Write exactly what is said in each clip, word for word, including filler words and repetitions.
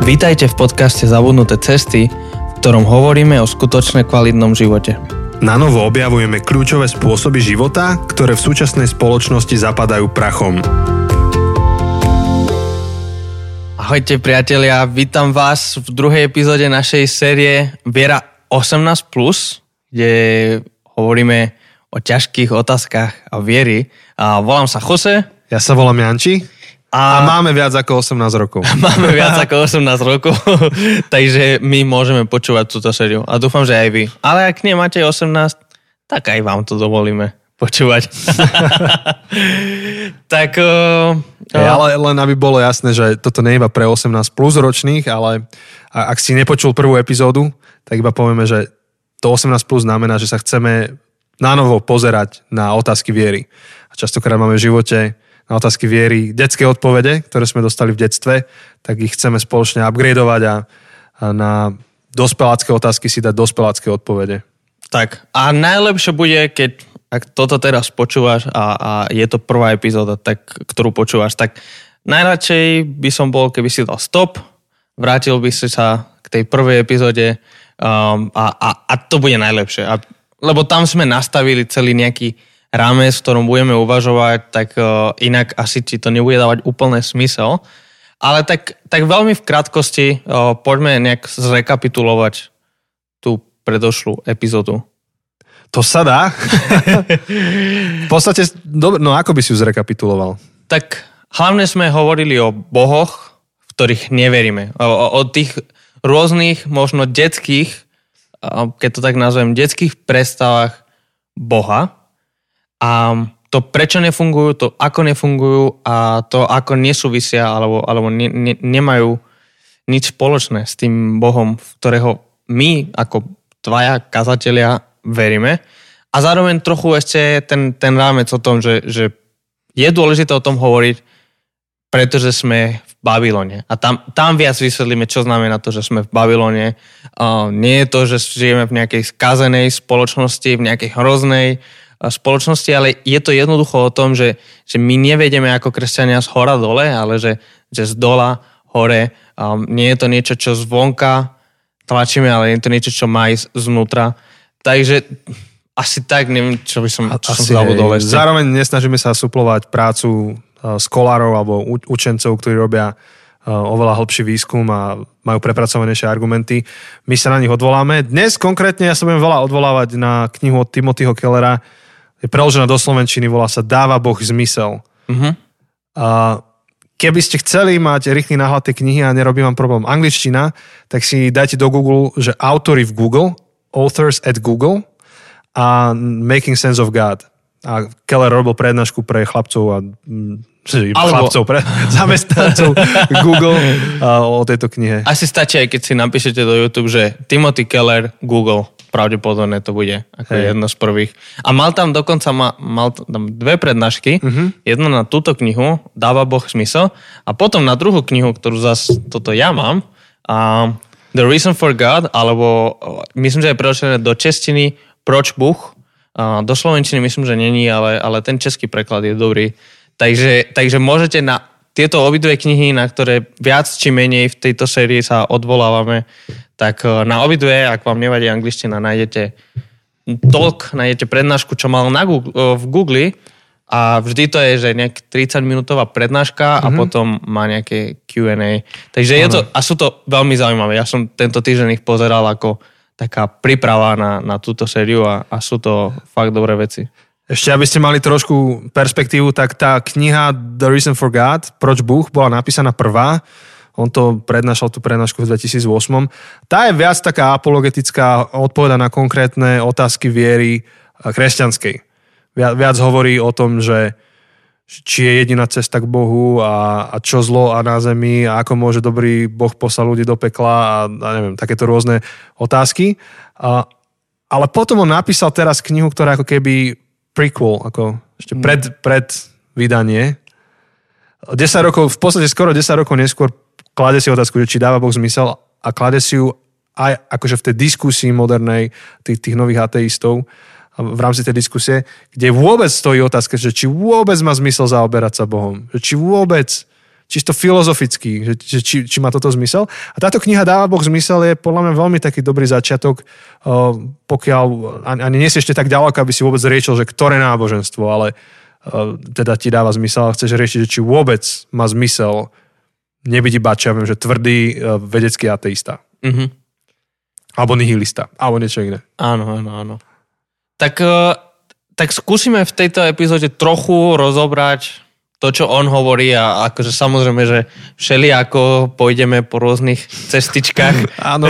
Vítajte v podcaste Zabudnuté cesty, v ktorom hovoríme o skutočne kvalitnom živote. Na novo objavujeme kľúčové spôsoby života, ktoré v súčasnej spoločnosti zapadajú prachom. Ahojte priatelia, vítam vás v druhej epizóde našej série Viera osemnásť plus, kde hovoríme o ťažkých otázkach a viery. A volám sa Jose. Ja sa volám Janči. A, a máme viac ako osemnásť rokov. Máme viac ako osemnásť rokov, takže my môžeme počúvať túto sériu. A dúfam, že aj vy. Ale ak nie máte osemnásť, tak aj vám to dovolíme počúvať. tak... Uh, Hey, ale len aby bolo jasné, že toto nie je iba pre osemnásť plus ročných, ale ak si nepočul prvú epizódu, tak iba povieme, že to osemnásť plus znamená, že sa chceme nanovo pozerať na otázky viery. A častokrát máme v živote na otázky viery detské odpovede, ktoré sme dostali v detstve, tak ich chceme spoločne upgradeovať a, a na dospelácké otázky si dať dospelácké odpovede. Tak a najlepšie bude, keď ak toto teraz počúvaš a, a je to prvá epizóda, tak, ktorú počúvaš, tak najradšej by som bol, keby si dal stop, vrátil by si sa k tej prvej epizóde um, a, a, a to bude najlepšie. A, lebo tam sme nastavili celý nejaký rámec, v ktorom budeme uvažovať, tak uh, inak asi ti to nebude dávať úplne smysel. Ale tak, tak veľmi v krátkosti uh, poďme nejak zrekapitulovať tú predošlú epizódu. To sa dá. V podstate, no ako by si ju zrekapituloval? Tak hlavne sme hovorili o bohoch, v ktorých neveríme. O, o, o tých rôznych, možno detských, keď to tak nazvem, detských predstavách Boha. A to, prečo nefungujú, to, ako nefungujú a to, ako nesúvisia alebo, alebo ne, ne, nemajú nič spoločné s tým Bohom, v ktorého my, ako dvaja kazatelia, veríme. A zároveň trochu ešte ten, ten rámec o tom, že, že je dôležité o tom hovoriť, pretože sme v Babylone. A tam, tam viac vysvetlíme, čo znamená to, že sme v Babylone. Uh, nie je to, že žijeme v nejakej skazenej spoločnosti, v nejakej hroznej spoločnosti, ale je to jednoducho o tom, že, že my nevedieme ako kresťania z hora dole, ale že, že z dola hore. Um, nie je to niečo, čo zvonka tlačíme, ale je to niečo, čo má ísť znútra. Takže asi tak, neviem, čo by som, čo som zabudol ešte. Zároveň nesnažíme sa suplovať prácu skolárov alebo učencov, ktorí robia oveľa hlbší výskum a majú prepracovanejšie argumenty. My sa na nich odvoláme. Dnes konkrétne ja sa budem veľa odvolávať na knihu od Timothyho Kellera. Je preložená do slovenčiny, volá sa Dáva Boh zmysel. Uh-huh. A keby ste chceli mať rýchly náhľad tej knihy a nerobí vám problém angličtina, tak si dajte do Google, že autory v Google, authors at Google a Making Sense of God. A Keller robil prednášku pre chlapcov a Alebo... chlapcov, pre zamestnancov Google a, o tejto knihe. Asi stačí, aj keď si napíšete do YouTube, že Timothy Keller, Google, pravdepodobne to bude ako hey. jedno z prvých. A mal tam dokonca ma, mal tam dve prednášky, uh-huh. jedna na túto knihu, Dáva Boh zmysel, a potom na druhú knihu, ktorú zase toto ja mám, a The Reason for God, alebo myslím, že je preložené do češtiny Proč Bůh. A do slovenčiny myslím, že není, ale, ale ten český preklad je dobrý. Takže, takže môžete na tieto obidve knihy, na ktoré viac či menej v tejto sérii sa odvolávame, tak na obidve, ak vám nevadí angličtina, nájdete talk, nájdete prednášku, čo mal na Google, v Google, a vždy to je, že nejak tridsaťminútová prednáška mm-hmm. a potom má nejaké kjú end ej. Takže je to, a sú to veľmi zaujímavé. Ja som tento týždeň ich pozeral ako taká príprava na, na túto sériu a, a sú to fakt dobré veci. Ešte, aby ste mali trošku perspektívu, tak tá kniha The Reason for God, Proč Bůh, bola napísaná prvá. On to prednášal tú prednášku v dvetisícosem. Tá je viac taká apologetická, odpoveda na konkrétne otázky viery kresťanskej. Viac, viac hovorí o tom, že či je jediná cesta k Bohu a, a čo zlo a na zemi a ako môže dobrý Boh poslať ľudí do pekla a, a neviem, takéto rôzne otázky. A, ale potom on napísal teraz knihu, ktorá ako keby prequel, ako ešte pred, pred vydanie. desať rokov, v podstate skoro desať rokov neskôr klade si otázku, že či dáva Boh zmysel a klade si ju aj akože v tej diskusii modernej tých, tých nových ateistov v rámci tej diskusie, kde vôbec stojí otázka, že či vôbec má zmysel zaoberať sa Bohom. Že či vôbec čisto filozoficky, že, že či, či má toto zmysel. A táto kniha Dáva Boh zmysel je podľa mňa veľmi taký dobrý začiatok, pokiaľ ani nie si ešte tak ďaleko, aby si vôbec riešil, že ktoré náboženstvo, ale teda ti dáva zmysel a chceš riešiť, že či vôbec má zmysel nebyť iba, čo ja viem, že tvrdý vedecký ateista. Mm-hmm. Alebo nihilista, alebo niečo iné. Áno, áno, áno. Tak, tak skúsime v tejto epizóde trochu rozobrať to, čo on hovorí a akože samozrejme, že všelijako pôjdeme po rôznych cestičkách. Áno.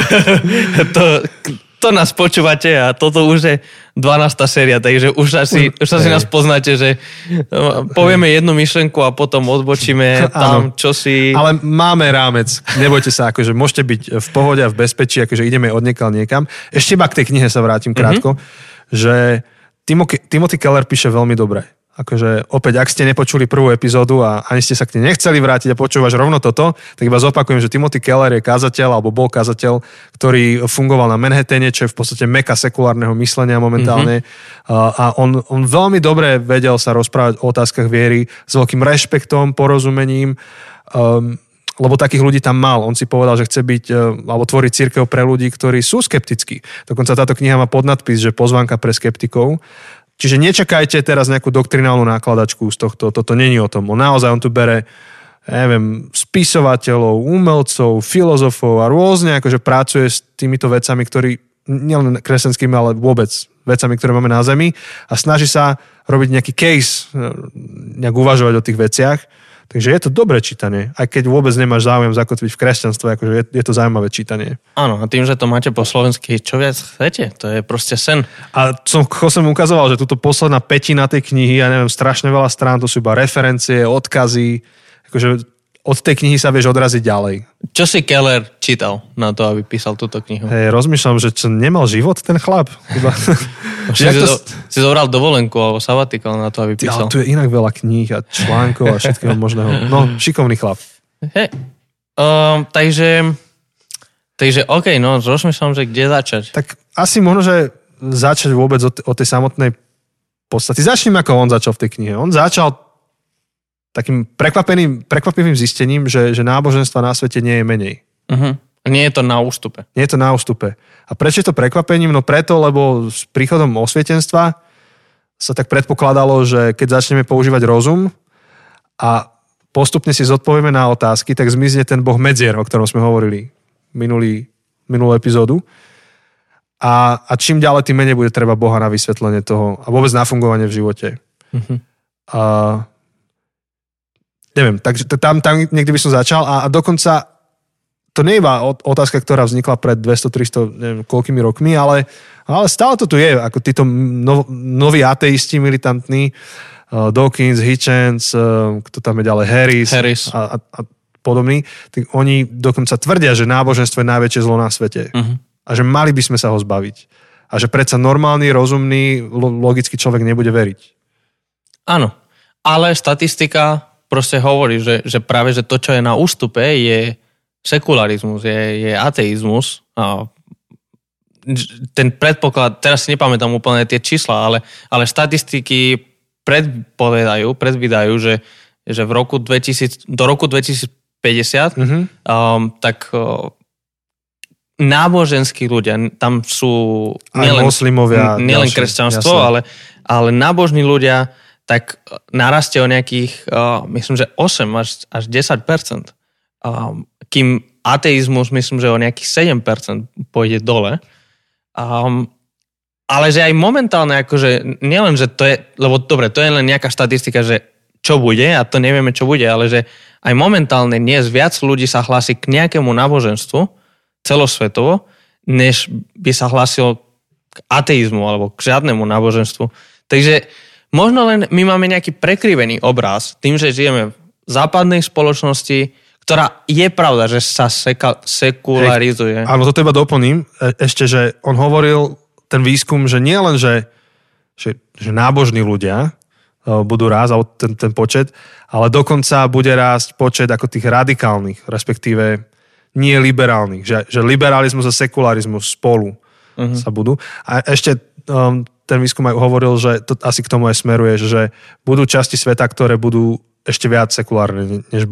to, to nás počúvate a toto už je dvanásta séria, takže už asi, už asi nás poznáte, že povieme jednu myšlenku a potom odbočíme tam, čo si... Ale máme rámec, nebojte sa, akože môžete byť v pohode a v bezpečí, akože ideme odniekal niekam. Ešte iba k tej knihe sa vrátim krátko, mm-hmm. že Timothy, Timothy Keller píše veľmi dobre. Akože opäť, ak ste nepočuli prvú epizódu a ani ste sa k nej nechceli vrátiť a počúvaš rovno toto, tak iba zopakujem, že Timothy Keller je kázateľ alebo bol kázateľ, ktorý fungoval na Manhattane, čo je v podstate meka sekulárneho myslenia momentálne. Mm-hmm. A on, on veľmi dobre vedel sa rozprávať o otázkach viery s veľkým rešpektom, porozumením, um, lebo takých ľudí tam mal. On si povedal, že chce byť alebo tvoriť cirkev pre ľudí, ktorí sú skeptickí. Dokonca táto kniha má podnadpis, že pozvánka pre skeptikov. Čiže nečakajte teraz nejakú doktrinálnu nákladačku z tohto, toto není o tom. On naozaj on tu bere, ja neviem, spisovateľov, umelcov, filozofov a rôzne akože pracuje s týmito vecami, ktorí, nielen kresťanskými, ale vôbec vecami, ktoré máme na Zemi a snaží sa robiť nejaký case, nejak uvažovať o tých veciach. Takže je to dobré čítanie, aj keď vôbec nemáš záujem zakotviť v kresťanstve, akože je, je to zaujímavé čítanie. Áno, a tým, že to máte po slovensky, čo viac chcete? To je proste sen. A som, som ukazoval, že túto posledná pätina tej knihy, ja neviem, strašne veľa strán, to sú iba referencie, odkazy, akože od tej knihy sa vieš odraziť ďalej. Čo si Keller čítal na to, aby písal túto knihu? Hej, rozmýšľam, že čo, nemal život ten chlap? Iba... si, to... si zobral dovolenku alebo sabatikál na to, aby písal. Ale tu je inak veľa kníh a článkov a všetkého možného. No, šikovný chlap. Hej. Um, takže, takže OK, no, rozmýšľam, že kde začať. Tak asi možno, že začať vôbec od, od tej samotnej podstate. Začnem, ako on začal v tej knihe. On začal takým prekvapeným, prekvapivým zistením, že, že náboženstva na svete nie je menej. Uh-huh. Nie je to na ústupe. Nie je to na ústupe. A prečo je to prekvapením? No preto, lebo s príchodom osvietenstva sa tak predpokladalo, že keď začneme používať rozum a postupne si zodpovieme na otázky, tak zmizne ten boh medzier, o ktorom sme hovorili minulý, minulú epizódu. A, a čím ďalej, tým menej bude treba Boha na vysvetlenie toho a vôbec na fungovanie v živote. Uh-huh. A neviem, takže tam, tam niekde by som začal a, a dokonca to nie je iba otázka, ktorá vznikla pred dvesto tristo, neviem, koľkými rokmi, ale, ale stále to tu je, ako títo nov, noví ateisti militantní, uh, Dawkins, Hitchens, uh, kto tam je ďalej, Harris, Harris. A, a, a podobní, tak oni dokonca tvrdia, že náboženstvo je najväčšie zlo na svete uh-huh. a že mali by sme sa ho zbaviť a že predsa normálny, rozumný, logický človek nebude veriť. Áno, ale statistika proste hovorí, že, že práve že to, čo je na ústupe, je sekularizmus, je, je ateizmus. A ten predpoklad, teraz si nepamätám úplne tie čísla, ale, ale štatistiky predpovedajú, predvídajú, že, že v roku dvetisíc, do roku dvetisícpäťdesiat mm-hmm. um, tak uh, náboženskí ľudia, tam sú nielen, moslimovia, nielen kresťanstvo, ale, ale nábožní ľudia tak narastie o nejakých, uh, myslím, že osem až, až desať percent. Um, kým ateizmus, myslím, že o nejakých sedem percent pôjde dole. Um, ale že aj momentálne, akože nielen, že to je, lebo dobre, to je len nejaká štatistika, že čo bude a to nevieme, čo bude, ale že aj momentálne dnes viac ľudí sa hlási k nejakému náboženstvu celosvetovo, než by sa hlásilo k ateizmu alebo k žiadnemu náboženstvu. Takže možno len my máme nejaký prekrivený obraz tým, že žijeme v západnej spoločnosti, ktorá je pravda, že sa seka, sekularizuje. Hej, áno, toto iba doplním. Ešte, že on hovoril ten výskum, že nie len, že, že, že nábožní ľudia budú rásť, alebo ten, ten počet, ale dokonca bude rásť počet ako tých radikálnych, respektíve nie liberálnych. Že, že liberalizmus a sekularizmus spolu uh-huh. sa budú. A ešte um, ten výskum aj hovoril, že to asi k tomu aj smeruje, že budú časti sveta, ktoré budú ešte viac sekulárne, než boli.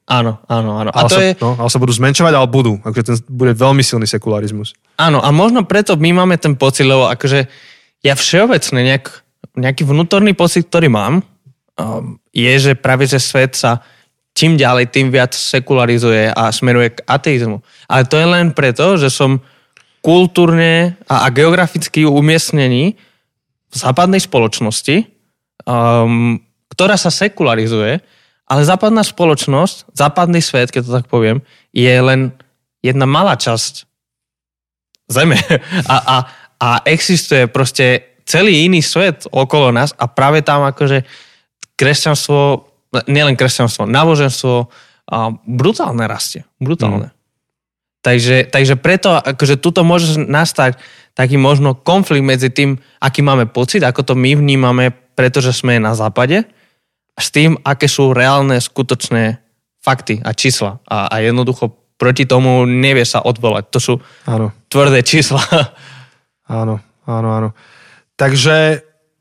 Áno, áno, áno. Ale, A to sa, je... no, ale sa budú zmenšovať, ale budú. Akože ten bude veľmi silný sekularizmus. Áno, a možno preto my máme ten pocit, lebo akože ja všeobecne nejak, nejaký vnútorný pocit, ktorý mám, um, je, že práve, že svet sa čím ďalej, tým viac sekularizuje a smeruje k ateizmu. Ale to je len preto, že som kultúrne a, a geograficky umiestnený v západnej spoločnosti, um, ktorá sa sekularizuje, ale západná spoločnosť, západný svet, keď to tak poviem, je len jedna malá časť Zeme. A, a, a existuje proste celý iný svet okolo nás a práve tam akože kresťanstvo, nielen kresťanstvo, náboženstvo a brutálne rastie. Brutálne. Mm. Takže, takže preto akože tuto môže nastať taký možno konflikt medzi tým, aký máme pocit, ako to my vnímame, pretože sme na západe, s tým, aké sú reálne, skutočné fakty a čísla. A, a jednoducho proti tomu nevie sa odvolať. To sú áno. tvrdé čísla. Áno, áno, áno. Takže,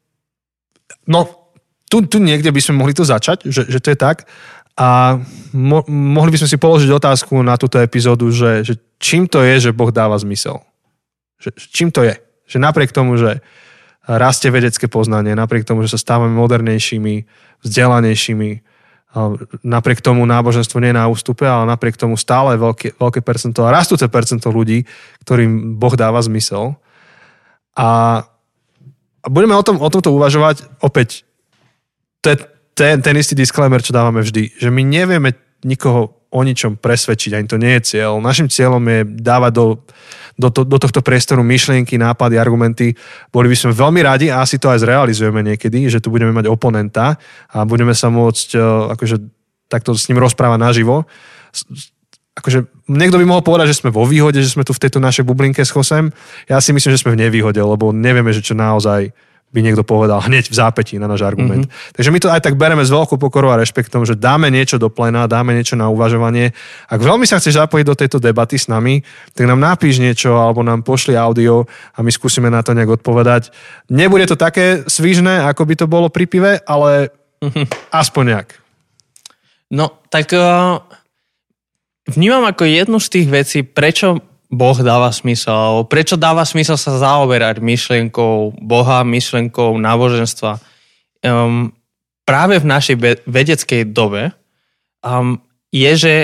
no, tu, tu niekde by sme mohli to začať, že, že to je tak. A mo, mohli by sme si položiť otázku na túto epizódu, že, že čím to je, že Boh dáva zmysel? Že, čím to je? Že napriek tomu, že rastie vedecké poznanie, napriek tomu, že sa stávame modernejšími, vzdelanejšími, napriek tomu náboženstvo nie je na ústupe, ale napriek tomu stále veľké, veľké percento a rastúce percento ľudí, ktorým Boh dáva zmysel. A, a budeme o, tom, o tomto uvažovať opäť. To je ten, ten istý disclaimer, čo dávame vždy, že my nevieme nikoho o ničom presvedčiť, ani to nie je cieľ. Našim cieľom je dávať do, do, to, do tohto priestoru myšlienky, nápady, argumenty. Boli by sme veľmi radi a asi to aj zrealizujeme niekedy, že tu budeme mať oponenta a budeme sa môcť akože, takto s ním rozprávať naživo. Akože, niekto by mohol povedať, že sme vo výhode, že sme tu v tejto našej bublinke s Chosem. Ja si myslím, že sme v nevýhode, lebo nevieme, že čo naozaj by niekto povedal hneď v zápätí na náš argument. Mm-hmm. Takže my to aj tak bereme s veľkou pokorou a rešpektom, že dáme niečo do plena, dáme niečo na uvažovanie. Ak veľmi sa chceš zapojiť do tejto debaty s nami, tak nám napíš niečo alebo nám pošli audio a my skúsime na to nejak odpovedať. Nebude to také svižné, ako by to bolo pri pive, ale mm-hmm. aspoň nejak. No, tak uh, vnímam ako jednu z tých vecí, prečo Boh dáva smysel, prečo dáva smysel sa zaoberať myšlienkou Boha, myšlienkou náboženstva. Um, práve v našej vedeckej dobe um, je, že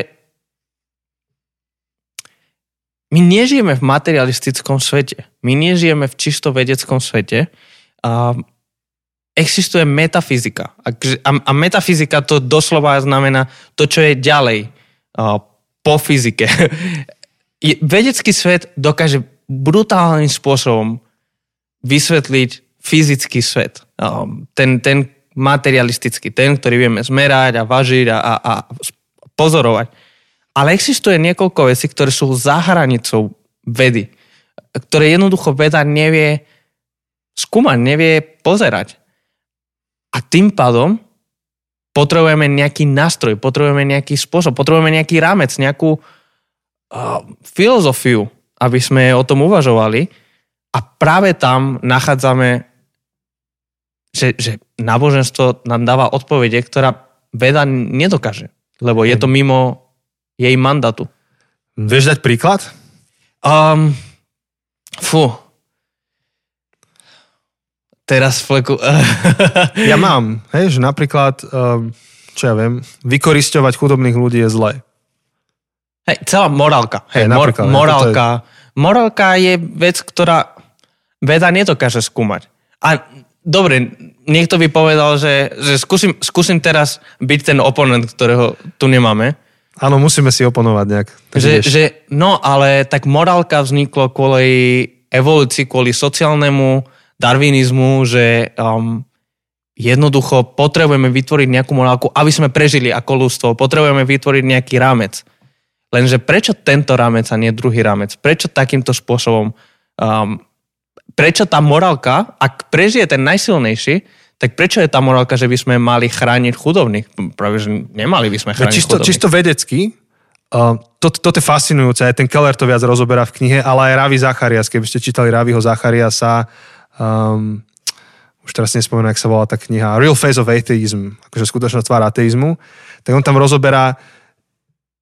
my nežijeme v materialistickom svete. My nežijeme v čisto vedeckom svete. Um, existuje metafyzika. A, a metafyzika to doslova znamená to, čo je ďalej uh, po fyzike. Vedecký svet dokáže brutálnym spôsobom vysvetliť fyzický svet. Ten, ten materialistický, ten, ktorý vieme zmerať a vážiť a, a, a pozorovať. Ale existuje niekoľko vecí, ktoré sú za hranicou vedy, ktoré jednoducho veda nevie skúmať, nevie pozerať. A tým pádom potrebujeme nejaký nástroj, potrebujeme nejaký spôsob, potrebujeme nejaký rámec, nejakú filozofiu, aby sme o tom uvažovali a práve tam nachádzame, že, že náboženstvo nám dáva odpovede, ktorá veda nedokáže, lebo je to mimo jej mandátu. Vieš dať príklad? Um, fú. Teraz fleku. Ja mám, hej, že napríklad, um, čo ja viem, vykorisťovať chudobných ľudí je zlé. Hej, celá morálka. Hej, mor, morálka. Je... Morálka je vec, ktorá veda nedokáže skúmať. A dobre, niekto by povedal, že, že skúsim, skúsim teraz byť ten oponent, ktorého tu nemáme. Áno, musíme si oponovať nejak. Že, že, no, ale tak morálka vzniklo kvôli evolúcii, kvôli sociálnemu darwinizmu, že um, jednoducho potrebujeme vytvoriť nejakú morálku, aby sme prežili ako ľudstvo. Potrebujeme vytvoriť nejaký rámec. Lenže prečo tento rámec a nie druhý rámec? Prečo takýmto spôsobom? Um, prečo tá morálka, ak prežije ten najsilnejší, tak prečo je tá morálka, že by sme mali chrániť chudobných? Práve, že nemali by sme chrániť čisto, chudobných. Čisto vedecky, uh, to, toto je fascinujúce, aj ten Keller to viac rozoberá v knihe, ale aj Ravi Zacharias, keby ste čítali Raviho Zachariasa, um, už teraz nespomenú, jak sa volá tá kniha, Real Face of Atheism, akože skutočná tvár ateizmu, tak on tam rozoberá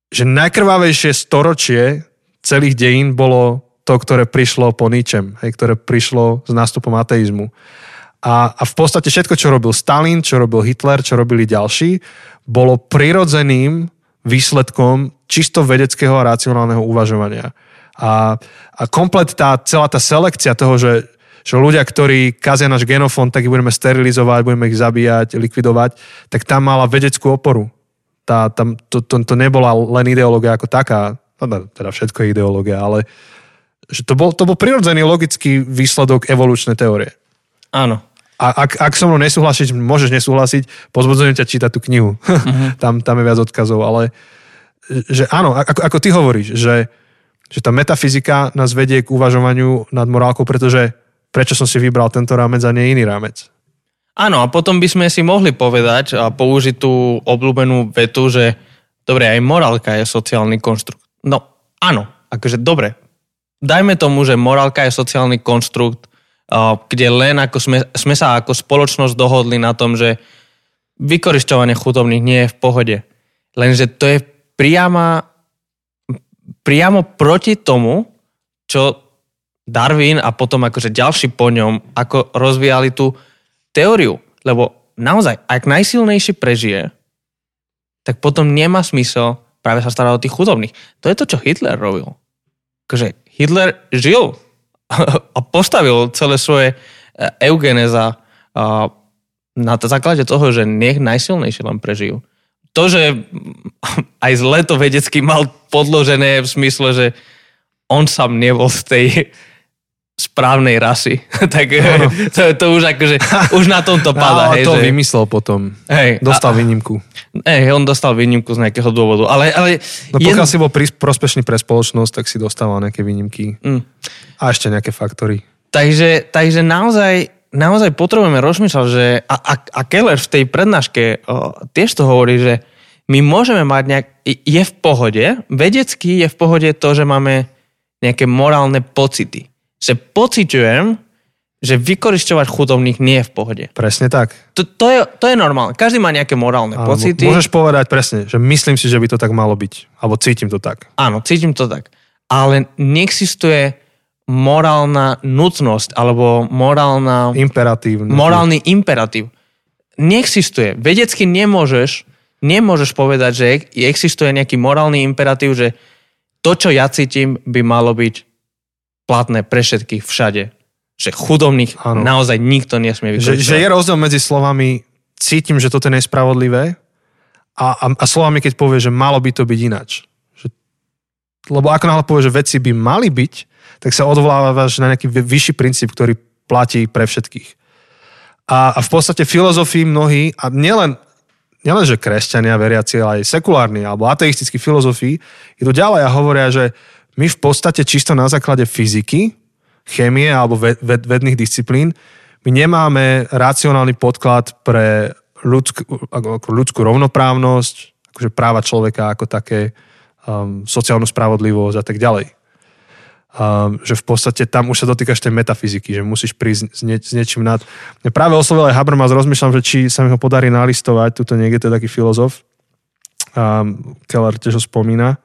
že najkrvavejšie storočie celých dejín bolo to, ktoré prišlo po Nietzschem, hej, ktoré prišlo s nástupom ateizmu. A, a v podstate všetko, čo robil Stalin, čo robil Hitler, čo robili ďalší, bolo prirodzeným výsledkom čisto vedeckého a racionálneho uvažovania. A, a komplet tá, celá tá selekcia toho, že, že ľudia, ktorí kazia náš genofond, tak ich budeme sterilizovať, budeme ich zabíjať, likvidovať, tak tam mala vedeckú oporu. Tá, tam, to, to, to nebola len ideológia ako taká, teda všetko je ideológia, ale že to bol, to bol prirodzený logický výsledok evolučnej teórie. Áno. A ak, ak so mnou nesúhlasiť, môžeš nesúhlasiť, pozbudzujem ťa čítať tú knihu. Uh-huh. tam, tam je viac odkazov, ale že áno, ako, ako ty hovoríš, že, že tá metafyzika nás vedie k uvažovaniu nad morálkou, pretože prečo som si vybral tento rámec a nie iný rámec. Áno, a potom by sme si mohli povedať a použiť tú obľúbenú vetu, že dobre, aj morálka je sociálny konštrukt. No áno, akože dobre. Dajme tomu, že morálka je sociálny konštrukt, kde len ako sme, sme sa ako spoločnosť dohodli na tom, že vykorisťovanie chudobných nie je v pohode. Lenže to je priama, priamo proti tomu, čo Darwin a potom akože ďalší po ňom, ako rozvíjali tú teóriu. Lebo naozaj, ak najsilnejší prežije, tak potom nemá smysel práve sa starať o tých chudobných. To je to, čo Hitler robil. Akože Hitler žil a postavil celé svoje eugenéza na základe toho, že nech najsilnejšie len prežijú. To, že aj zle to vedecky mal podložené v smysle, že on sám nebol z tej správnej rasy. tak to, to už akože, už na tom to padá. No, hej, to že... vymyslel potom. Hej, dostal a, výnimku. Hej, on dostal výnimku z nejakého dôvodu. Ale, ale no pokiaľ jedn... si bol prospešný pre spoločnosť, tak si dostával nejaké výnimky. Mm. A ešte nejaké faktory. Takže, takže naozaj, naozaj potrebujeme rozmýšľať, že a, a, a Keller v tej prednáške o, tiež to hovorí, že my môžeme mať nejak, je v pohode, vedecky je v pohode to, že máme nejaké morálne pocity. Že pociťujem, že vykorisťovať chudobných nie je v pohode. Presne tak. To, to, je, to je normálne. Každý má nejaké morálne Áno, pocity. Môžeš povedať presne, že myslím si, že by to tak malo byť. Alebo cítim to tak. Áno, cítim to tak. Ale neexistuje morálna nutnosť alebo morálna... Imperatív. Morálny imperatív. Neexistuje. Vedecky nemôžeš, nemôžeš povedať, že existuje nejaký morálny imperatív, že to, čo ja cítim, by malo byť platné pre všetkých všade. Že chudobných ano. Naozaj nikto nesmie vykoristovať. Že, že je rozdiel medzi slovami cítim, že toto je nespravodlivé a, a, a slovami, keď povie, že malo by to byť ináč. Že, lebo ako náhle povie, že veci by mali byť, tak sa odvolávaš na nejaký vyšší princíp, ktorý platí pre všetkých. A, a v podstate filozofii mnohí, a nielen, nielen že kresťania, veriaci, ale aj sekulárni alebo ateistickí filozofii, idú ďalej a hovoria, že my v podstate čisto na základe fyziky, chémie alebo ved, ved, vedných disciplín, my nemáme racionálny podklad pre ľudskú, ľudskú rovnoprávnosť, akože práva človeka ako také, um, sociálnu spravodlivosť a tak ďalej. Um, že v podstate tam už sa dotýkaš tej metafyziky, že musíš prísť s, nie, s niečím nad... Mňa práve oslovil aj Habermas, rozmýšľam, že či sa mi ho podarí nalistovať, tuto niekde to je taký filozof. Um, Keller tiež ho spomína.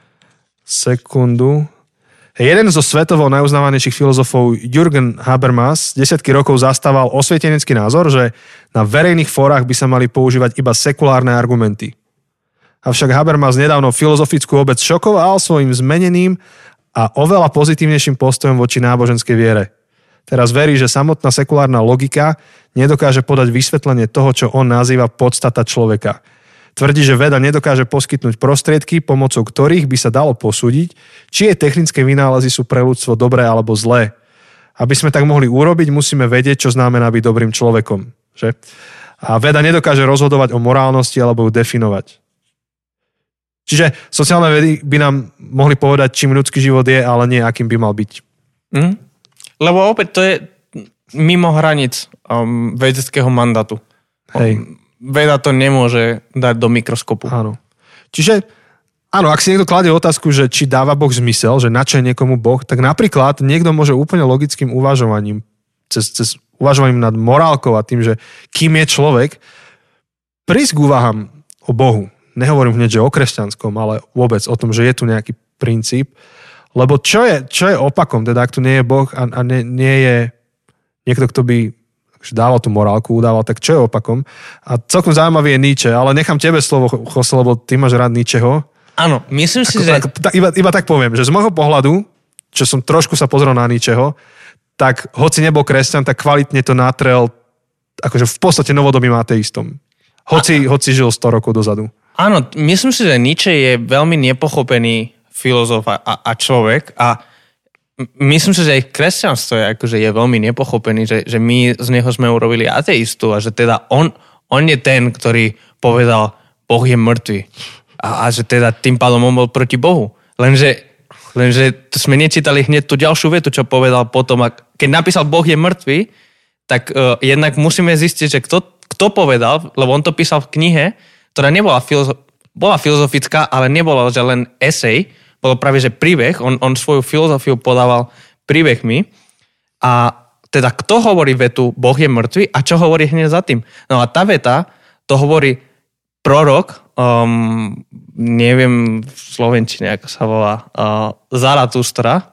Sekundu. Jeden zo svetovo najuznávanejších filozofov Jürgen Habermas desiatky rokov zastával osvietenecký názor, že na verejných fórach by sa mali používať iba sekulárne argumenty. Avšak Habermas nedávno filozofickú obec šokoval svojim zmeneným a oveľa pozitívnejším postojom voči náboženskej viere. Teraz verí, že samotná sekulárna logika nedokáže podať vysvetlenie toho, čo on nazýva podstata človeka. Tvrdí, že veda nedokáže poskytnúť prostriedky, pomocou ktorých by sa dalo posúdiť, či je technické vynálezy sú pre ľudstvo dobré alebo zlé. Aby sme tak mohli urobiť, musíme vedieť, čo znamená byť dobrým človekom. Že? A veda nedokáže rozhodovať o morálnosti alebo ju definovať. Čiže sociálne vedy by nám mohli povedať, čím ľudský život je, ale nie, akým by mal byť. Mm. Lebo opäť to je mimo hranic um, vedeckého mandátu. Hej. Veda to nemôže dať do mikroskopu. Áno. Čiže, áno, ak si niekto kladie otázku, že či dáva Boh zmysel, že na čo je niekomu Boh, tak napríklad niekto môže úplne logickým uvažovaním, cez, cez uvažovaním nad morálkou a tým, že kým je človek, prísť k úvahám o Bohu. nehovorím hneď, že o kresťanskom, ale vôbec o tom, že je tu nejaký princíp. Lebo čo je, čo je opakom, teda ak tu nie je Boh a, a nie, nie je niekto, kto by dával tú morálku, udával, tak čo je opakom? A celkom zaujímavý je Nietzsche, ale nechám tebe slovo, Jose, lebo ty máš rád Nietzscheho. Áno, myslím si, ako, že... Ako, iba, iba tak poviem, že z môjho pohľadu, čo som trošku sa pozrel na Nietzscheho, tak hoci nebol kresťan, tak kvalitne to natrel akože v podstate novodobým ateistom. Hoci, a... hoci žil sto rokov dozadu. Áno, myslím si, že Nietzsche je veľmi nepochopený filozof a, a človek a myslím si, že aj kresťanstvo je, akože je veľmi nepochopený, že, že my z neho sme urobili ateistu a že teda on, on je ten, ktorý povedal, Boh je mŕtvy a, a že teda tým pádom on bol proti Bohu. Lenže, lenže sme nečítali hneď tú ďalšiu vetu, čo povedal potom, a keď napísal Boh je mŕtvy, tak uh, jednak musíme zistiť, že kto, kto povedal, lebo on to písal v knihe, ktorá nebola filozof, bola filozofická, ale nebola že len esej, bolo práve, že príbeh, on, on svoju filozofiu podával príbehmi a teda kto hovorí vetu Boh je mŕtvy a čo hovorí hneď za tým? No a tá veta, to hovorí prorok, um, neviem v slovenčine, ako sa volá, uh, Zaratustra.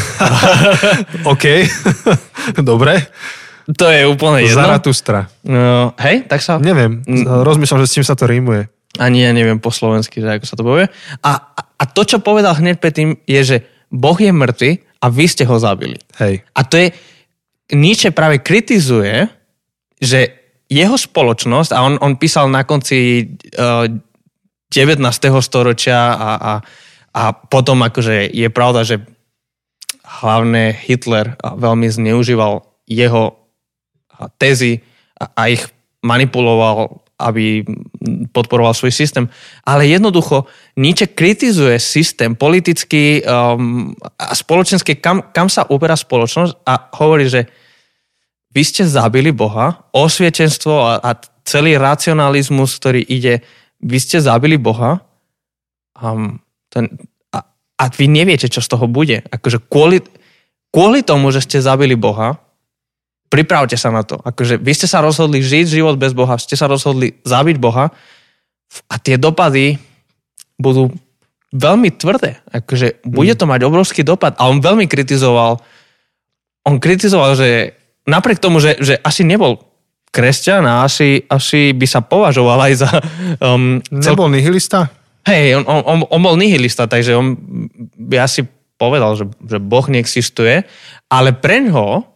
OK, dobre. To je úplne jedno. Zaratustra. Uh, hej, tak sa... Neviem, rozmýšľam, že s čím sa to rímuje. Ani ja neviem po slovensky, že ako sa to povie. A, a to, čo povedal hneď predtým, je, že Boh je mŕtvy a vy ste ho zabili. Hej. A to je... Nietzsche práve kritizuje, že jeho spoločnosť, a on, on písal na konci uh, devätnásteho storočia a, a, a potom akože je pravda, že hlavne Hitler veľmi zneužíval jeho tézy a, a ich manipuloval, aby podporoval svoj systém. Ale jednoducho Nietzsche kritizuje systém politický um, a spoločenský, kam, kam sa uberá spoločnosť a hovorí, že vy ste zabili Boha, osvietenstvo a, a celý racionalizmus, ktorý ide, vy ste zabili Boha um, ten, a, a vy neviete, čo z toho bude. Akože kvôli, kvôli tomu, že ste zabili Boha, pripravte sa na to. Akože vy ste sa rozhodli žiť život bez Boha, ste sa rozhodli zabiť Boha a tie dopady budú veľmi tvrdé. Akože bude to mať obrovský dopad. A on veľmi kritizoval, on kritizoval, že napriek tomu, že, že asi nebol kresťan a asi, asi by sa považoval aj za... Um, cel... Nebol nihilista? Hej, on, on, on bol nihilista, takže on by asi povedal, že, že Boh neexistuje, ale preňho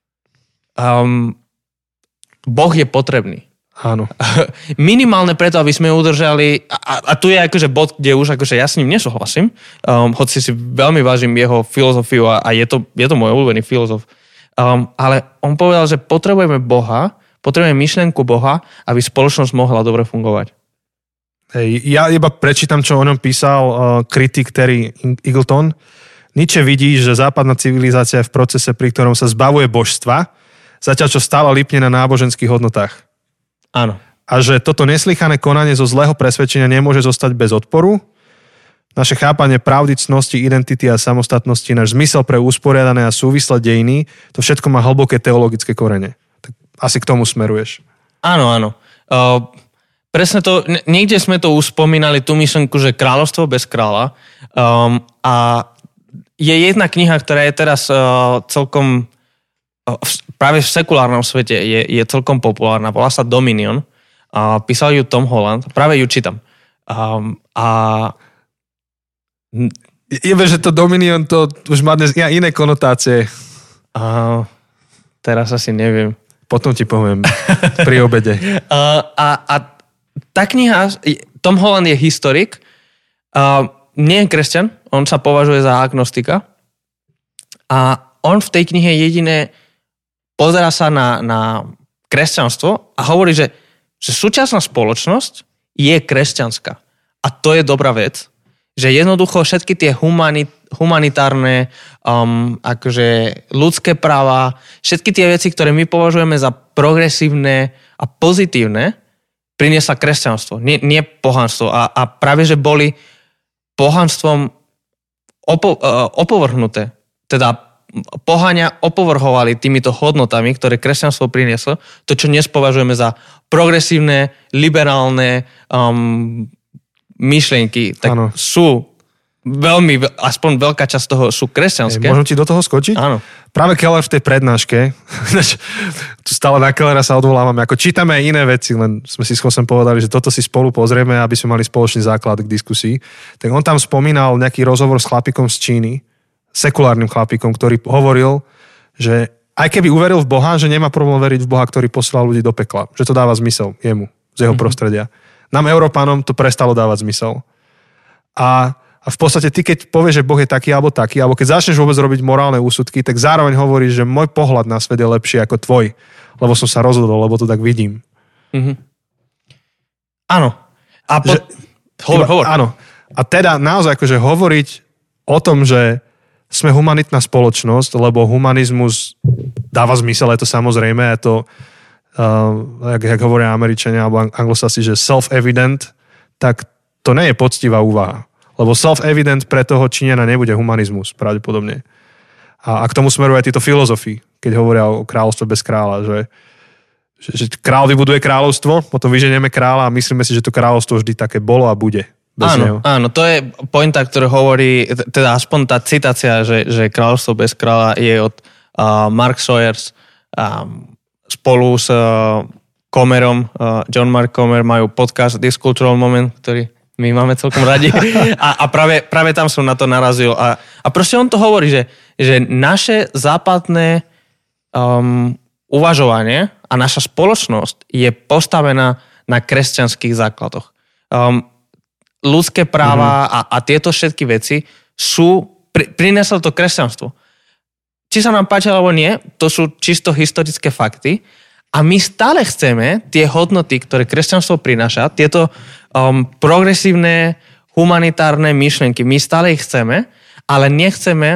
Um, Boh je potrebný. Áno. Minimálne preto, aby sme udržali, a, a tu je akože bod, kde už akože ja s ním nesúhlasím, um, hoci si veľmi vážim jeho filozofiu a, a je, to, je to môj obľúbený filozof. Um, ale on povedal, že potrebujeme Boha, potrebujeme myšlienku Boha, aby spoločnosť mohla dobre fungovať. Hej, ja iba prečítam, čo o ňom písal uh, kritik Terry Eagleton. Nietzsche vidí, že západná civilizácia je v procese, pri ktorom sa zbavuje božstva, zatiaľ čo stále lipne na náboženských hodnotách. Áno. A že toto neslychané konanie zo zlého presvedčenia nemôže zostať bez odporu. Naše chápanie pravdy, cnosti, identity a samostatnosti, náš zmysel pre usporiadané a súvislé dejiny, to všetko má hlboké teologické korene. Tak asi k tomu smeruješ. Áno, áno. Uh, presne to, niekde sme to už spomínali, tú myšlenku, že kráľovstvo bez kráľa. Um, a je jedna kniha, ktorá je teraz uh, celkom práve v sekulárnom svete je, je celkom populárna, volá sa Dominion a písal ju Tom Holland, práve ju čítam. Um, a... Je, že to Dominion, to už má dnes iné konotácie. A teraz asi neviem. Potom ti poviem pri obede. a, a, a tá kniha, Tom Holland je historik, a nie je kresťan, on sa považuje za agnostika a on v tej knihe jediné pozerá sa na, na kresťanstvo a hovorí, že, že súčasná spoločnosť je kresťanská. A to je dobrá vec, že jednoducho všetky tie humani, humanitárne um, akože ľudské práva, všetky tie veci, ktoré my považujeme za progresívne a pozitívne, priniesla kresťanstvo, nie, nie pohanstvo. A, a práve, že boli pohanstvom opo, uh, opovrhnuté. Teda pohania opovrhovali týmito hodnotami, ktoré kresťanstvo prinieslo, to, čo dnes považujeme za progresívne, liberálne, um, myšlienky, tak ano. sú veľmi, aspoň veľká časť toho sú kresťanské. Ej, môžem ti do toho skočiť? Áno. Práve Keller v tej prednáške, tu stále na Kellera sa odvolávame, ako čítame aj iné veci, len sme si skôr povedali, že toto si spolu pozrieme, aby sme mali spoločný základ k diskusii. Tak on tam spomínal nejaký rozhovor s chlapikom z Číny, sekulárnym chlapikom, ktorý hovoril, že aj keby uveril v Boha, že nemá problém veriť v Boha, ktorý posielal ľudí do pekla. Že to dáva zmysel jemu, z jeho mm-hmm. prostredia. Nám, Európanom, to prestalo dávať zmysel. A A v podstate ty, keď povieš, že Boh je taký alebo taký, alebo keď začneš vôbec robiť morálne úsudky, tak zároveň hovoríš, že môj pohľad na svet je lepší ako tvoj, lebo som sa rozhodol, lebo to tak vidím. Mm-hmm. Áno. A po... že, hovor, hovor. Áno. A teda naozaj akože hovoriť o tom, že sme humanitná spoločnosť, lebo humanizmus dáva zmysel, je to samozrejme, je to, uh, jak, jak hovoria Američania alebo Anglosasi, že self-evident, tak to nie je poctivá úvaha. Lebo self-evident pre toho Číňana nebude humanizmus, pravdepodobne. A, a k tomu smerujú aj títo filozofii, keď hovoria o kráľovstve bez kráľa, že, že, že král vybuduje kráľovstvo, potom vyženieme kráľa a myslíme si, že to kráľovstvo vždy také bolo a bude. Bez áno, neho. áno, to je pointa, ktorý hovorí, teda aspoň tá citácia, že, že kráľovstvo bez kráľa je od uh, Mark Sawyers um, spolu s uh, Comerom, uh, John Mark Comer majú podcast This Cultural Moment, ktorý my máme celkom radi. A, a práve, práve tam som na to narazil. A, a proste on to hovorí, že, že naše západné um, uvažovanie a naša spoločnosť je postavená na kresťanských základoch. Um, ľudské práva mm-hmm. a, a tieto všetky veci sú, pri, prineslo to kresťanstvo. Či sa nám páči alebo nie, to sú čisto historické fakty. A my stále chceme tie hodnoty, ktoré kresťanstvo prináša, tieto um, progresívne, humanitárne myšlienky, my stále ich chceme, ale nechceme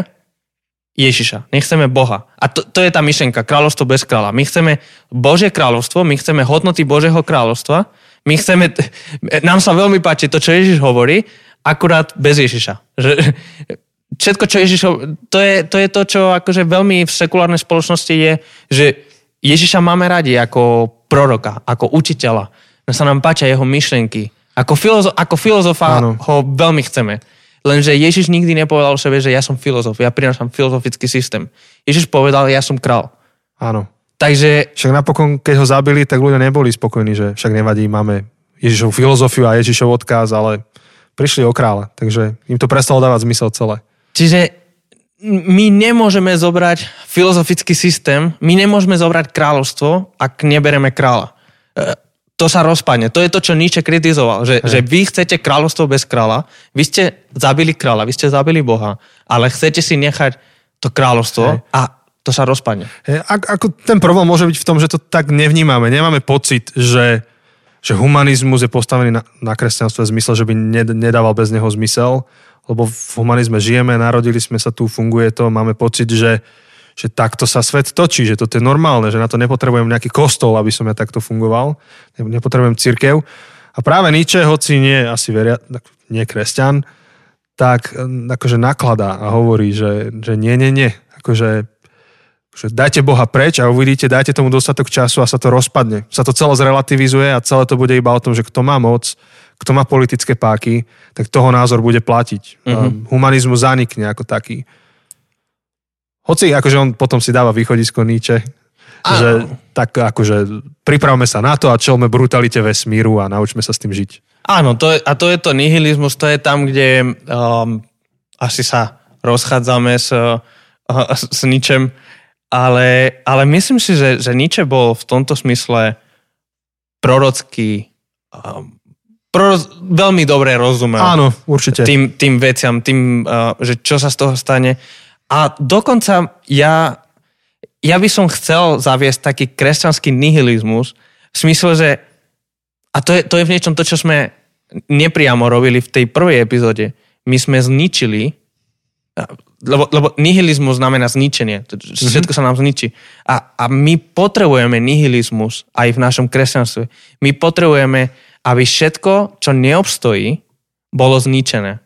Ježiša, nechceme Boha. A to, to je tá myšlienka, kráľovstvo bez kráľa. My chceme Božie kráľovstvo, my chceme hodnoty Božieho kráľovstva, my chceme, nám sa veľmi páči to, čo Ježiš hovorí, akurát bez Ježiša. Že, všetko, čo Ježiš, to je, to je to, čo akože veľmi v sekulárnej spoločnosti je, že Ježiša máme radi ako proroka, ako učiteľa. Sa nám páčia jeho myšlienky. Ako, filozo- ako filozofa Áno. ho veľmi chceme. Lenže Ježiš nikdy nepovedal o sebe, že ja som filozof, ja prinášam filozofický systém. Ježiš povedal, ja som král. Áno. Takže... Však napokon, keď ho zabili, tak ľudia neboli spokojní, že však nevadí, máme Ježišov filozofiu a Ježišov odkaz, ale prišli o kráľa. Takže im to prestalo dávať zmysel celé. Čiže my nemôžeme zobrať filozofický systém, my nemôžeme zobrať kráľovstvo, ak nebereme kráľa. E, to sa rozpadne. To je to, čo Nietzsche kritizoval, že, že vy chcete kráľovstvo bez kráľa, vy ste zabili kráľa, vy ste zabili Boha, ale chcete si nechať to kráľovstvo Hej. a to sa rozpadne. Hej, ako ten problém môže byť v tom, že to tak nevnímame. Nemáme pocit, že, že humanizmus je postavený na, na kresťanstve v zmysle, že by nedával bez neho zmysel, lebo v humanizme žijeme, narodili sme sa tu, funguje to, máme pocit, že, že takto sa svet točí, že to je normálne, že na to nepotrebujem nejaký kostol, aby som ja takto fungoval, nepotrebujem cirkev. A práve Nietzsche, hoci nie asi veria, nie kresťan, tak akože nakladá a hovorí, že, že nie, nie, nie, akože že dajte Boha preč a uvidíte, dajte tomu dostatok času a sa to rozpadne. Sa to celé zrelativizuje a celé to bude iba o tom, že kto má moc, kto má politické páky, tak toho názor bude platiť. Mm-hmm. Humanizmus zanikne ako taký. Hoci akože on potom si dáva východisko Nietzsche, Áno. že tak akože pripravme sa na to a čelme brutalite vesmíru a naučme sa s tým žiť. Áno, to je, a to je to nihilizmus, to je tam, kde um, asi sa rozchádzame s, uh, s Nietzschem, ale, ale myslím si, že, že Nietzsche bol v tomto smysle prorocký, um, proroc, veľmi dobre rozumel. Áno, určite. Tým, tým veciam, tým, uh, že čo sa z toho stane. A dokonca ja, ja by som chcel zaviesť taký kresťanský nihilizmus v smysle, že a to je, to je v niečom to, čo sme nepriamo robili v tej prvej epizóde. My sme zničili, lebo, lebo nihilizmus znamená zničenie. Všetko sa nám zničí. A, a my potrebujeme nihilizmus aj v našom kresťanstve. My potrebujeme, aby všetko, čo neobstojí, bolo zničené.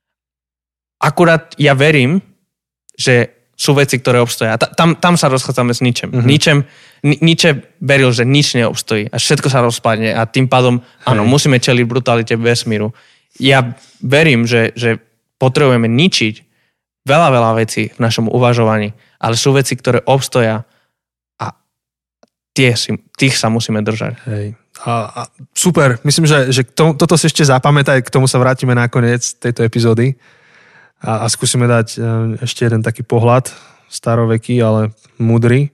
Akurát ja verím, že sú veci, ktoré obstoja. Tam, tam sa rozchádzame s Nietzschem. Mm-hmm. Nietzschem, Nietzsche veril, že nič neobstojí a všetko sa rozpadne a tým pádom, áno, musíme čeliť brutalite vesmíru. ja verím, že, že potrebujeme ničiť veľa, veľa vecí v našom uvažovaní, ale sú veci, ktoré obstoja a tie si, tých sa musíme držať. Hej. A, a super, myslím, že, že to, toto si ešte zapamätaj, k tomu sa vrátime nakoniec tejto epizódy a, a skúsime dať ešte jeden taký pohľad, staroveký, ale múdry.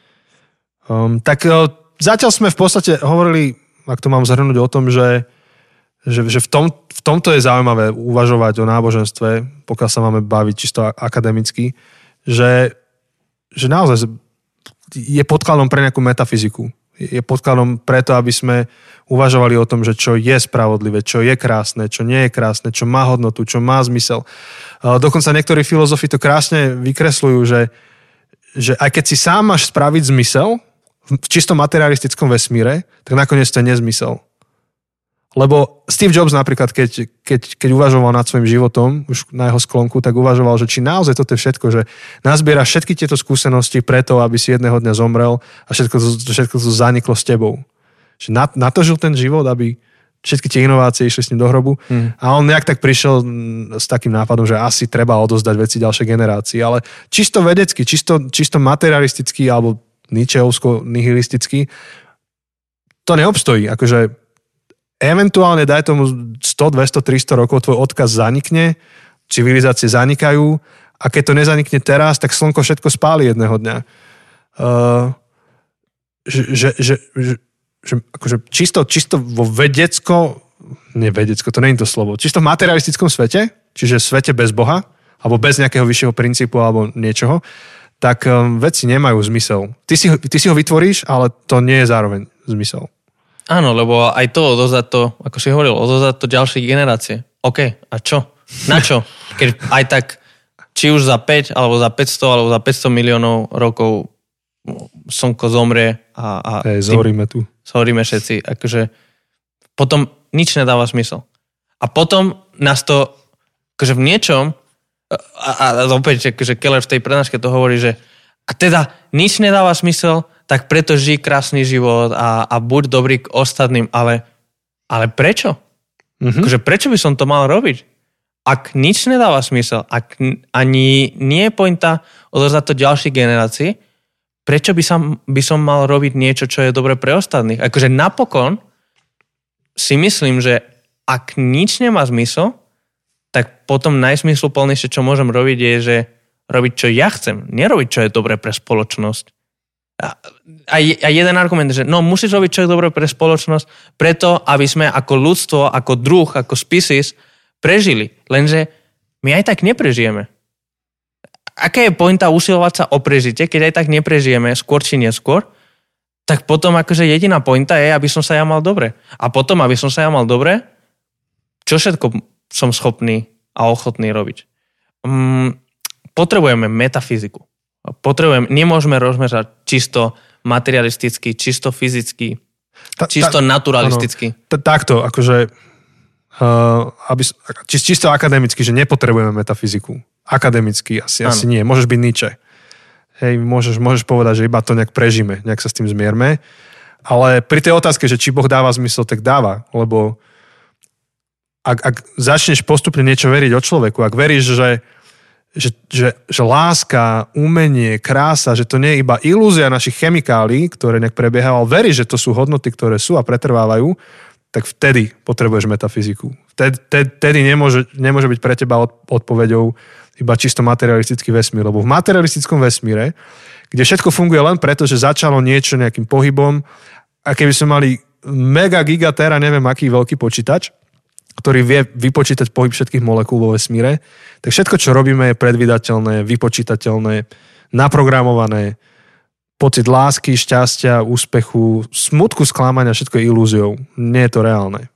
Um, tak uh, zatiaľ sme v podstate hovorili, ak to mám zhrnúť, o tom, že, že, že v, tom, v tomto je zaujímavé uvažovať o náboženstve, pokiaľ sa máme baviť čisto akademicky, že, že naozaj je podkladom pre nejakú metafyziku. Je podkladom preto, aby sme uvažovali o tom, že čo je spravodlivé, čo je krásne, čo nie je krásne, čo má hodnotu, čo má zmysel. Dokonca niektorí filozofi to krásne vykresľujú, že, že aj keď si sám máš spraviť zmysel v čisto materialistickom vesmíre, tak nakoniec to je nezmysel. Lebo Steve Jobs napríklad, keď, keď, keď uvažoval nad svojím životom, už na jeho sklonku, tak uvažoval, že či naozaj toto je všetko, že nazbiera všetky tieto skúsenosti preto, aby si jedného dňa zomrel a všetko, všetko to zaniklo s tebou. Že na, na to žil ten život, aby všetky tie inovácie išli s ním do hrobu. Hmm. A on nejak tak prišiel s takým nápadom, že asi treba odozdať veci ďalšej generácii. Ale čisto vedecky, čisto, čisto materialisticky alebo ničeovsko-nihilisticky to neobstojí. Akože eventuálne daj tomu sto, dvesto, tristo rokov, tvoj odkaz zanikne, civilizácie zanikajú a keď to nezanikne teraz, tak slnko všetko spáli jedného dňa. Uh, že, že, že, že akože čisto, čisto vo vedecko, nie vedecko, to nie je to slovo, čisto v materialistickom svete, čiže svete bez Boha, alebo bez nejakého vyššieho princípu alebo niečoho, tak um, veci nemajú zmysel. Ty si, ty si ho vytvoríš, ale to nie je zároveň zmysel. Áno, lebo aj to odozať to, ako si hovoril, odozať to ďalšej generácie. OK, a čo? Na čo? Keď aj tak, či už za päť, alebo za päťsto, alebo za päťsto miliónov rokov slnko zomrie a, a Hej, zhoríme tu. Zhoríme všetci. Akože potom nič nedáva smysel. A potom nás to, akože v niečom, a, a opäť, že Keller v tej prednáške to hovorí, že a teda nič nedáva smysel, tak preto žij krásny život a, a buď dobrý k ostatným, ale, ale prečo? Mm-hmm. Akože prečo by som to mal robiť? Ak nič nedáva smysel, ak ani nie je pointa odovzdať to ďalšej generácii, prečo by som, by som mal robiť niečo, čo je dobre pre ostatných? Akože napokon si myslím, že ak nič nemá zmysel, tak potom najzmysluplnejšie, čo môžem robiť, je, že robiť, čo ja chcem. Nerobiť, čo je dobre pre spoločnosť. A, a jeden argument, že no musíš robiť, čo je dobré pre spoločnosť, preto, aby sme ako ľudstvo, ako druh, ako species prežili. Lenže my aj tak neprežijeme. Aká je pointa usilovať sa o prežitie, keď aj tak neprežijeme skôr či neskôr, tak potom akože jediná pointa je, aby som sa ja mal dobre. A potom, aby som sa ja mal dobre, čo všetko som schopný a ochotný robiť. Um, potrebujeme metafyziku. Potrebujeme, nemôžeme rozmýšľať čisto materialisticky, čisto fyzicky, ta, čisto ta, naturalisticky. Ano, ta, takto, akože uh, aby, či, čisto akademicky, že nepotrebujeme metafyziku. Akademicky asi, asi nie. Môžeš byť Nietzsche. Hej, môžeš, môžeš povedať, že iba to nejak prežíme, nejak sa s tým zmierme. Ale pri tej otázke, že či Boh dáva zmysel, tak dáva. Lebo ak, ak začneš postupne niečo veriť o človeku, ak veríš, že Že, že, že láska, umenie, krása, že to nie je iba ilúzia našich chemikálií, ktoré nejak prebiehajú, ale veríš, že to sú hodnoty, ktoré sú a pretrvávajú, tak vtedy potrebuješ metafyziku. Vtedy, vtedy nemôže, nemôže byť pre teba odpoveďou iba čisto materialistický vesmír. Lebo v materialistickom vesmíre, kde všetko funguje len preto, že začalo niečo nejakým pohybom a keby sme mali mega gigatera, neviem aký veľký počítač, ktorý vie vypočítať pohyb všetkých molekúl vo vesmíre, tak všetko, čo robíme, je predvídateľné, vypočítateľné, naprogramované. Pocit lásky, šťastia, úspechu, smutku, sklamania, všetko je ilúziou. Nie je to reálne.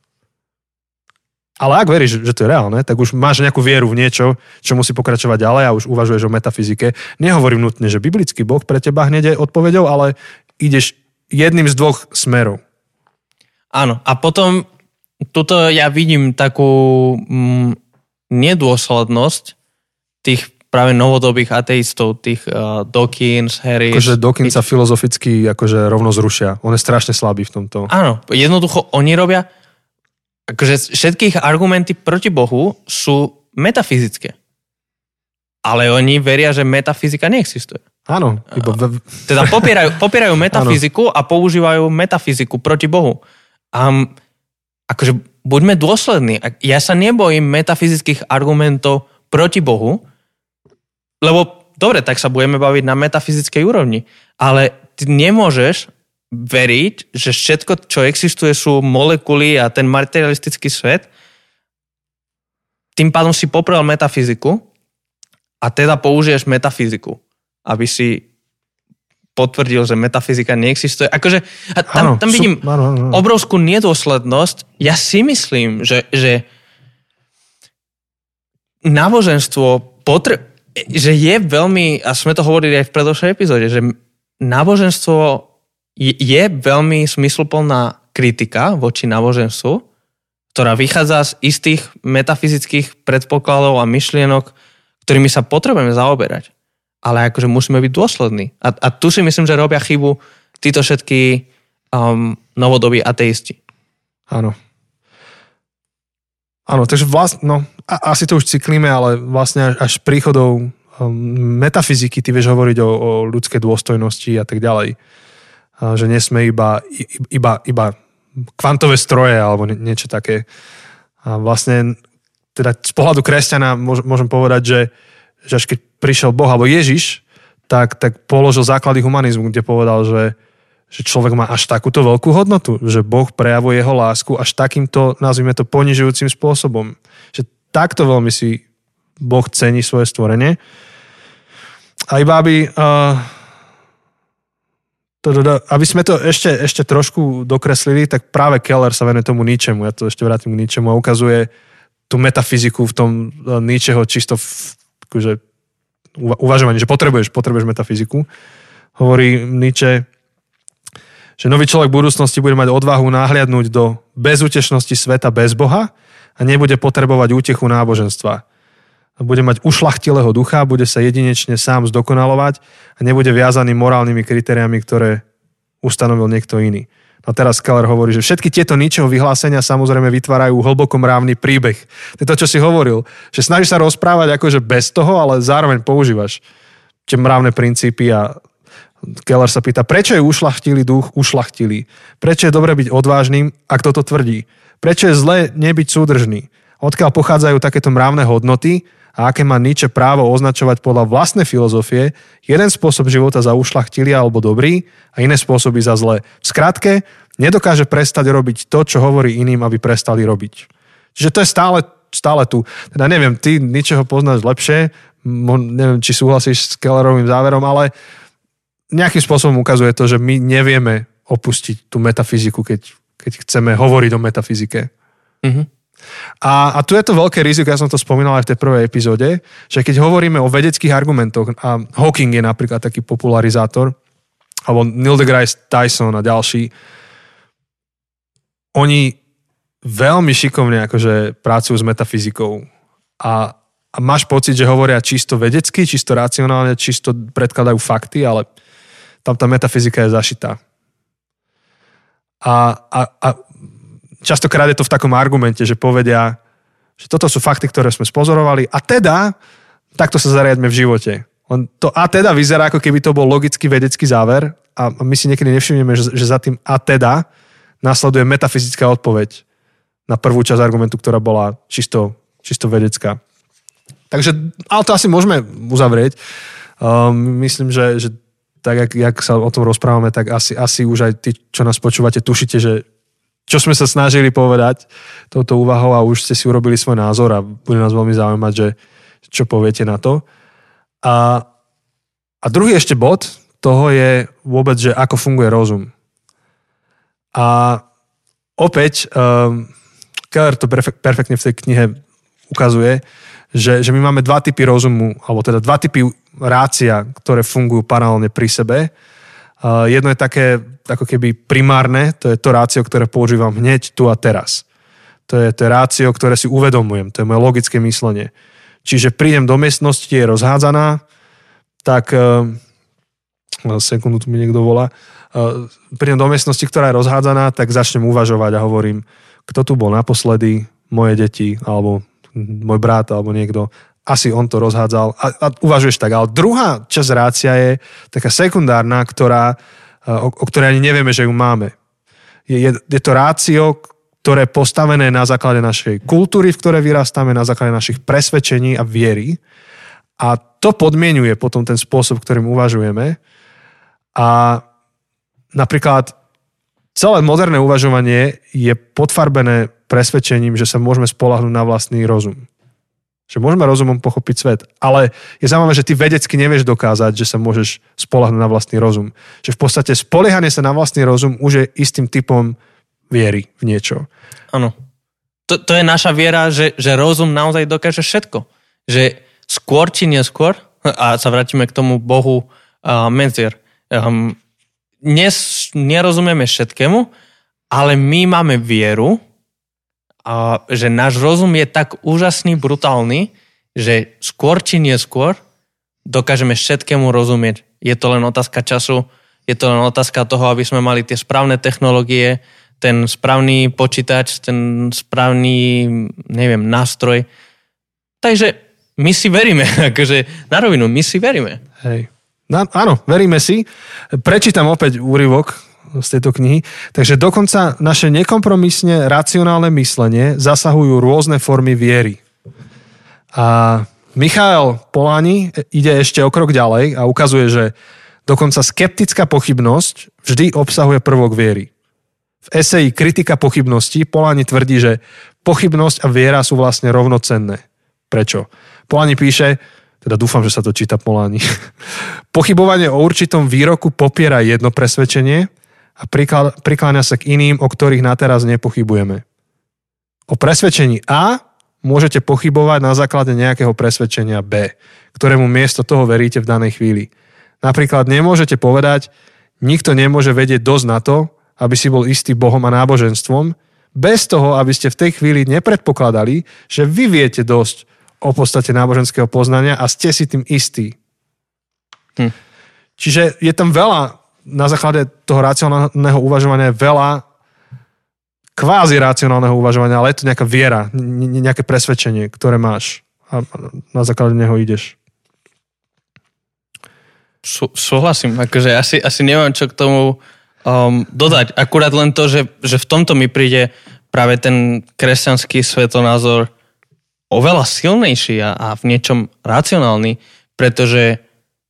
Ale ak veríš, že to je reálne, tak už máš nejakú vieru v niečo, čo musí pokračovať ďalej a už uvažuješ o metafyzike. Nehovorím nutne, že biblický Boh pre teba hneď je odpoveďou, ale ideš jedným z dvoch smerov. Áno, a potom tuto ja vidím takú mm, nedôslednosť tých práve novodobých ateistov, tých uh, Dawkins, Harris. Akože Dawkins sa filozoficky akože rovno zrušia. On je strašne slabý v tomto. Áno, jednoducho oni robia akože všetkých argumenty proti Bohu sú metafyzické. Ale oni veria, že metafyzika neexistuje. Áno. Iba... Teda popierajú, popierajú metafyziku a používajú metafyziku proti Bohu. A akože buďme dôslední. Ja sa nebojím metafyzických argumentov proti Bohu, lebo dobre, tak sa budeme baviť na metafyzickej úrovni. Ale ty nemôžeš veriť, že všetko, čo existuje, sú molekuly a ten materialistický svet. Tým pádom si poprel metafyziku a teda použiješ metafyziku, aby si potvrdil, že metafyzika neexistuje. Akože, tam, ano, tam vidím sú, ano, ano. obrovskú nedôslednosť. Ja si myslím, že, že náboženstvo potre- že je veľmi, a sme to hovorili aj v predošlej epizóde, že náboženstvo je, je veľmi smysluplná kritika voči náboženstvu, ktorá vychádza z istých metafyzických predpokladov a myšlienok, ktorými sa potrebujeme zaoberať. Ale akože musíme byť dôslední. A, a tu si myslím, že robia chybu títo všetky um, novodobí ateisti. Áno. Áno, takže vlastne, no, a, asi to už cyklíme, ale vlastne až, až príchodou um, metafyziky ty vieš hovoriť o, o ľudskej dôstojnosti a tak ďalej. A, že nie sme iba, iba, iba kvantové stroje alebo nie, niečo také. A vlastne teda z pohľadu kresťana môžem povedať, že, že až keď prišiel Boh alebo Ježiš, tak, tak položil základy humanizmu, kde povedal, že, že človek má až takúto veľkú hodnotu, že Boh prejavuje jeho lásku až takýmto, nazvime to, ponižujúcim spôsobom. Že takto veľmi si Boh cení svoje stvorenie. A iba aby, uh, to, to, to, aby sme to ešte, ešte trošku dokreslili, tak práve Keller sa venuje tomu Nietzschemu. Ja to ešte vrátim k Nietzschemu a ukazuje tú metafyziku v tom Nietzscheho čisto v, akože, uvažovaní, že potrebuješ, potrebuješ metafyziku. Hovorí Nietzsche, že nový človek v budúcnosti bude mať odvahu nahliadnúť do bezútešnosti sveta bez Boha a nebude potrebovať útechu náboženstva. Bude mať ušľachtilého ducha, bude sa jedinečne sám zdokonalovať a nebude viazaný morálnymi kritériami, ktoré ustanovil niekto iný. A teraz Keller hovorí, že všetky tieto Nietzscheho vyhlásenia samozrejme vytvárajú hlboko mravný príbeh. To je to, čo si hovoril. Že snažíš sa rozprávať akože bez toho, ale zároveň používaš tie mravné princípy a Keller sa pýta, prečo je ušľachtilý duch ušľachtilý? Prečo je dobre byť odvážnym, ak toto tvrdí? Prečo je zlé nebyť súdržný? Odkiaľ pochádzajú takéto mravné hodnoty a aké má Nietzsche právo označovať podľa vlastnej filozofie jeden spôsob života za ušľachtilý alebo dobrý a iné spôsoby za zlé. V skratke, nedokáže prestať robiť to, čo hovorí iným, aby prestali robiť. Čiže to je stále, stále tu. Teda neviem, ty Nietzscheho poznáš lepšie, neviem, či súhlasíš s Kellerovým záverom, ale nejakým spôsobom ukazuje to, že my nevieme opustiť tú metafyziku, keď, keď chceme hovoriť o metafyzike. Mhm. A, a tu je to veľké riziko, ja som to spomínal aj v tej prvej epizóde, že keď hovoríme o vedeckých argumentoch, a Hawking je napríklad taký popularizátor, alebo Neil deGrasse Tyson a ďalší, oni veľmi šikovne akože pracujú s metafyzikou a, a máš pocit, že hovoria čisto vedecky, čisto racionálne, čisto predkladajú fakty, ale tam tá metafyzika je zašitá. A, a, a častokrát je to v takom argumente, že povedia, že toto sú fakty, ktoré sme spozorovali a teda takto sa zariadme v živote. On to a teda vyzerá, ako keby to bol logický vedecký záver a my si niekedy nevšimneme, že, že za tým a teda nasleduje metafyzická odpoveď na prvú časť argumentu, ktorá bola čisto, čisto vedecká. Takže, ale to asi môžeme uzavrieť. Um, myslím, že, že tak, jak, jak sa o tom rozprávame, tak asi, asi už aj tí, čo nás počúvate, tušíte, že čo sme sa snažili povedať touto úvahou a už ste si urobili svoj názor a bude nás veľmi zaujímať, že čo poviete na to. A, a druhý ešte bod toho je vôbec, že ako funguje rozum. A opäť um, Keller to perfek, perfektne v tej knihe ukazuje, že, že my máme dva typy rozumu, alebo teda dva typy rácia, ktoré fungujú paralelne pri sebe. Uh, jedno je také ako keby primárne, to je to rácio, ktoré používam hneď tu a teraz. To je to rácio, ktoré si uvedomujem, to je moje logické myslenie. Čiže prídem do miestnosti, je rozhádzaná, tak uh, sekundu, tu mi niekto volá, uh, prídem do miestnosti, ktorá je rozhádzaná, tak začnem uvažovať a hovorím, kto tu bol naposledy, moje deti, alebo môj brat, alebo niekto, asi on to rozhádzal. A, a uvažuješ tak. Ale druhá časť rácia je taká sekundárna, ktorá, o, o ktorej ani nevieme, že ju máme. Je, je, je to rácio, ktoré je postavené na základe našej kultúry, v ktorej vyrastáme, na základe našich presvedčení a viery. A to podmienuje potom ten spôsob, ktorým uvažujeme. A napríklad celé moderné uvažovanie je podfarbené presvedčením, že sa môžeme spoľahnúť na vlastný rozum. Že môžeme rozumom pochopiť svet. Ale je zaujímavé, že ty vedecky nevieš dokázať, že sa môžeš spoľahnúť na vlastný rozum. Že v podstate spoliehanie sa na vlastný rozum už je istým typom viery v niečo. Áno. To, to je naša viera, že, že rozum naozaj dokáže všetko. Že skôr či neskôr, a sa vrátime k tomu Bohu uh, medzier, um, dnes nerozumieme všetkému, ale my máme vieru, a že náš rozum je tak úžasný, brutálny, že skôr či neskôr dokážeme všetkému rozumieť. Je to len otázka času, je to len otázka toho, aby sme mali tie správne technológie, ten správny počítač, ten správny, neviem, nástroj. Takže my si veríme, akože na rovinu, my si veríme. Hej. No, áno, veríme si. Prečítam opäť úryvok z tejto knihy. Takže dokonca naše nekompromisne racionálne myslenie zasahujú rôzne formy viery. A Michael Polanyi ide ešte o krok ďalej a ukazuje, že dokonca skeptická pochybnosť vždy obsahuje prvok viery. V eseji Kritika pochybností Polanyi tvrdí, že pochybnosť a viera sú vlastne rovnocenné. Prečo? Polanyi píše, teda dúfam, že sa to číta Polanyi, pochybovanie o určitom výroku popiera jedno presvedčenie a prikláňa sa k iným, o ktorých nateraz nepochybujeme. O presvedčení A môžete pochybovať na základe nejakého presvedčenia B, ktorému miesto toho veríte v danej chvíli. Napríklad nemôžete povedať, nikto nemôže vedieť dosť na to, aby si bol istý Bohom a náboženstvom, bez toho, aby ste v tej chvíli nepredpokladali, že vy viete dosť o podstate náboženského poznania a ste si tým istí. Hm. Čiže je tam veľa, na základe toho racionálneho uvažovania je veľa kvázi racionálneho uvažovania, ale je to nejaká viera, nejaké presvedčenie, ktoré máš a na základe neho ideš. Sú, súhlasím, akože asi, asi neviem, čo k tomu um, dodať. Akurát len to, že, že v tomto mi príde práve ten kresťanský svetonázor oveľa silnejší a, a v niečom racionálny, pretože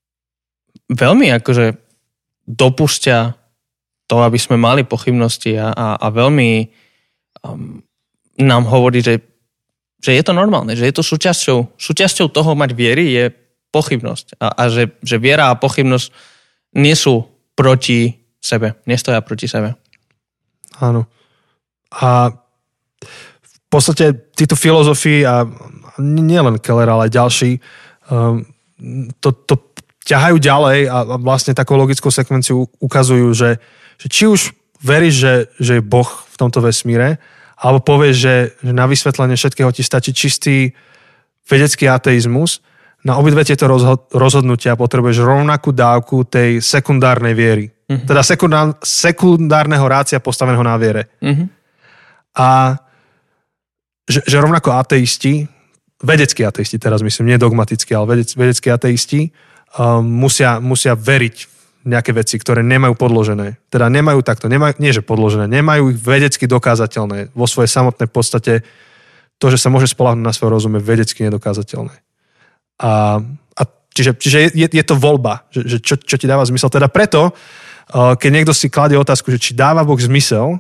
veľmi akože dopúšťa to, aby sme mali pochybnosti a, a, a veľmi um, nám hovorí, že, že je to normálne, že je to súčasťou, súčasťou toho mať viery je pochybnosť a, a že, že viera a pochybnosť nie sú proti sebe, nestoja proti sebe. Áno. A v podstate títo filozofii a nielen Keller, ale aj ďalší um, to, to ťahajú ďalej a vlastne takou logickou sekvenciu ukazujú, že, že či už veríš, že, že je Boh v tomto vesmíre, alebo povieš, že, že na vysvetlenie všetkého ti stačí čistý vedecký ateizmus, na obidve tieto rozhodnutia potrebuješ rovnakú dávku tej sekundárnej viery. Mm-hmm. Teda sekundár, sekundárneho rácia postaveného na viere. Mm-hmm. A že, že rovnako ateisti, vedeckí ateisti, teraz myslím, nie dogmatickí, ale vedec, vedeckí ateisti, Um, musia, musia veriť v nejaké veci, ktoré nemajú podložené. Teda nemajú takto, nemajú, nie že podložené, nemajú ich vedecky dokázateľné. Vo svojej samotnej podstate to, že sa môže spoľahnúť na svoj rozum, je vedecky nedokázateľné. A, a čiže čiže je, je to voľba, že, že čo, čo ti dáva zmysel. Teda preto, uh, keď niekto si kladie otázku, že či dáva Boh zmysel,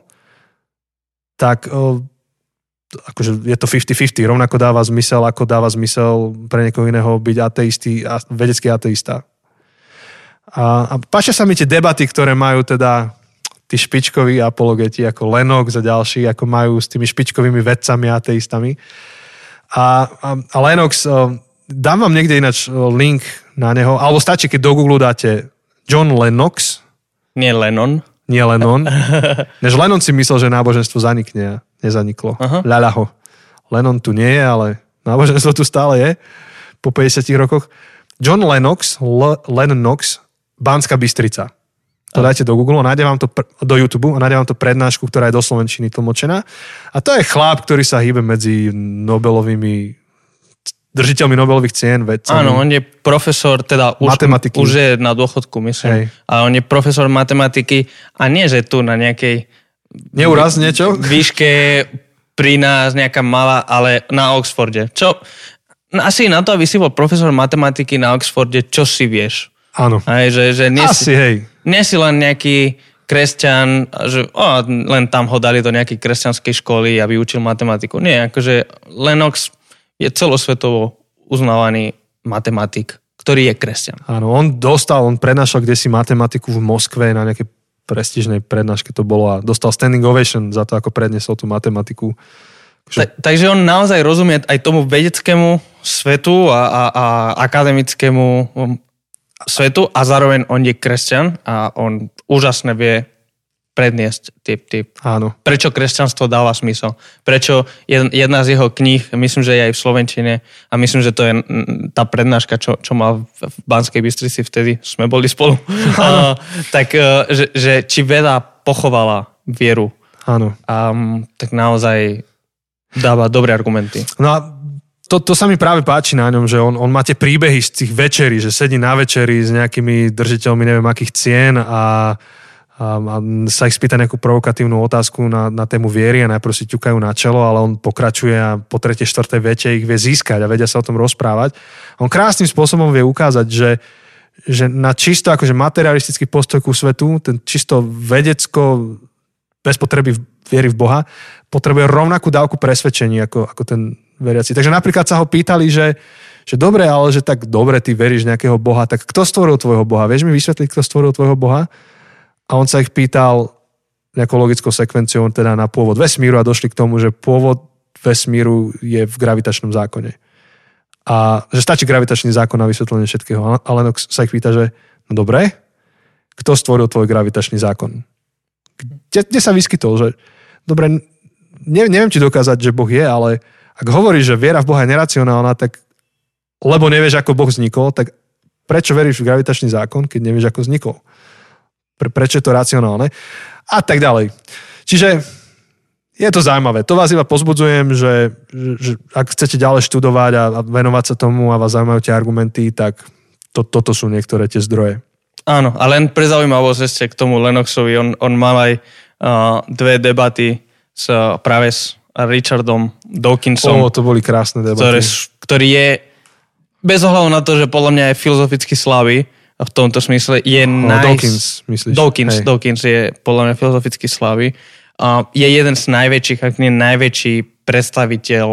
tak uh, akože je to päťdesiat päťdesiat, rovnako dáva zmysel, ako dáva zmysel pre niekoho iného byť ateistý, vedecký ateista. A, a páčia sa mi tie debaty, ktoré majú teda tí špičkoví apologeti, ako Lennox a ďalší, ako majú s tými špičkovými vedcami a ateistami. A, a, a Lennox, dám vám niekde ináč link na neho, alebo stačí, keď do Google dáte John Lennox. Nie Lennon. Nie Lennon. Než Lennon si myslel, že náboženstvo zanikne a nezaniklo. Ľaľa ho. Lennon tu nie je, ale náboženstvo tu stále je po päťdesiatich rokoch. John Lennox, L- Lennox, Banská Bystrica. To dajte do Google, nájde vám to pr- do YouTube a nájde vám to prednášku, ktorá je do slovenčiny tlmočená. A to je chlap, ktorý sa hýbe medzi Nobelovými, držiteľmi Nobelových cien, vedcami. Áno, on je profesor, teda už, už je na dôchodku, myslím. Hej. A on je profesor matematiky a nie, že tu na nejakej Neuraz niečo? výške pri nás nejaká malá, ale na Oxforde. Čo? Asi na to, aby si bol profesor matematiky na Oxforde, čo si vieš? Áno. Hej, že, že nie Asi, si, hej. Nie si len nejaký kresťan, že oh, len tam ho dali do nejakej kresťanskej školy, aby učil matematiku. Nie, akože Lennox je celosvetovo uznávaný matematik, ktorý je kresťan. Áno, on dostal, on prednášal kdesi matematiku v Moskve na nejakej prestížnej prednáške to bolo a dostal standing ovation za to, ako predniesol tú matematiku. Ta, takže on naozaj rozumie aj tomu vedeckému svetu a, a, a akademickému svetu a zároveň on je kresťan a on úžasne vie predniesť typ, typ. Áno. Prečo kresťanstvo dáva smysel. Prečo jedna z jeho kníh, myslím, že je aj v slovenčine a myslím, že to je tá prednáška, čo, čo mal v Banskej Bystrici vtedy, sme boli spolu, uh, tak že, že či veda pochovala vieru. Áno. Um, tak naozaj dáva dobré argumenty. No a To, to sa mi práve páči na ňom, že on, on má tie príbehy z tých večerí, že sedí na večeri s nejakými držiteľmi neviem akých cien a, a, a sa ich spýta nejakú provokatívnu otázku na, na tému viery a najprv si ťukajú na čelo, ale on pokračuje a po tretej, štvrtej vete ich vie získať a vedia sa o tom rozprávať. On krásnym spôsobom vie ukázať, že, že na čisto akože materialistický postoj ku svetu, ten čisto vedecko bez potreby viery v Boha, potrebuje rovnakú dávku presvedčení ako, ako ten veriaci. Takže napríklad sa ho pýtali, že, že dobre, ale že tak dobre, ty veríš nejakého Boha, tak kto stvoril tvojho Boha? Vieš mi vysvetliť, kto stvoril tvojho Boha? A on sa ich pýtal nejakou logickou sekvenciou teda na pôvod vesmíru a došli k tomu, že pôvod vesmíru je v gravitačnom zákone. A že stačí gravitačný zákon na vysvetlenie všetkého. A Lennox sa ich pýta, že no dobre, kto stvoril tvoj gravitačný zákon? Kde, kde sa vyskytol? Že, dobre, ne, neviem ti dokázať, že Boh je, ale ak hovoríš, že viera v Boha je neracionálna, tak lebo nevieš, ako Boh vznikol, tak prečo veríš v gravitačný zákon, keď nevieš, ako vznikol? Pre, prečo je to racionálne? A tak ďalej. Čiže je to zaujímavé. To vás iba pozbudzujem, že, že, že ak chcete ďalej študovať a, a venovať sa tomu a vás zaujímajú tie argumenty, tak to, toto sú niektoré tie zdroje. Áno, a len pre zaujímavosť ešte k tomu Lennoxovi, on, on mal aj uh, dve debaty s, práve s Richardom Dawkinsom. Ó, to boli krásne debaty. Ktoré, ktorý je, bez ohľadu na to, že podľa mňa je filozoficky slabý, v tomto smysle je oh, naj... Dawkins, myslíš? Dawkins, Dawkins je podľa mňa filozoficky slabý. Uh, je jeden z najväčších, ak nie najväčší predstaviteľ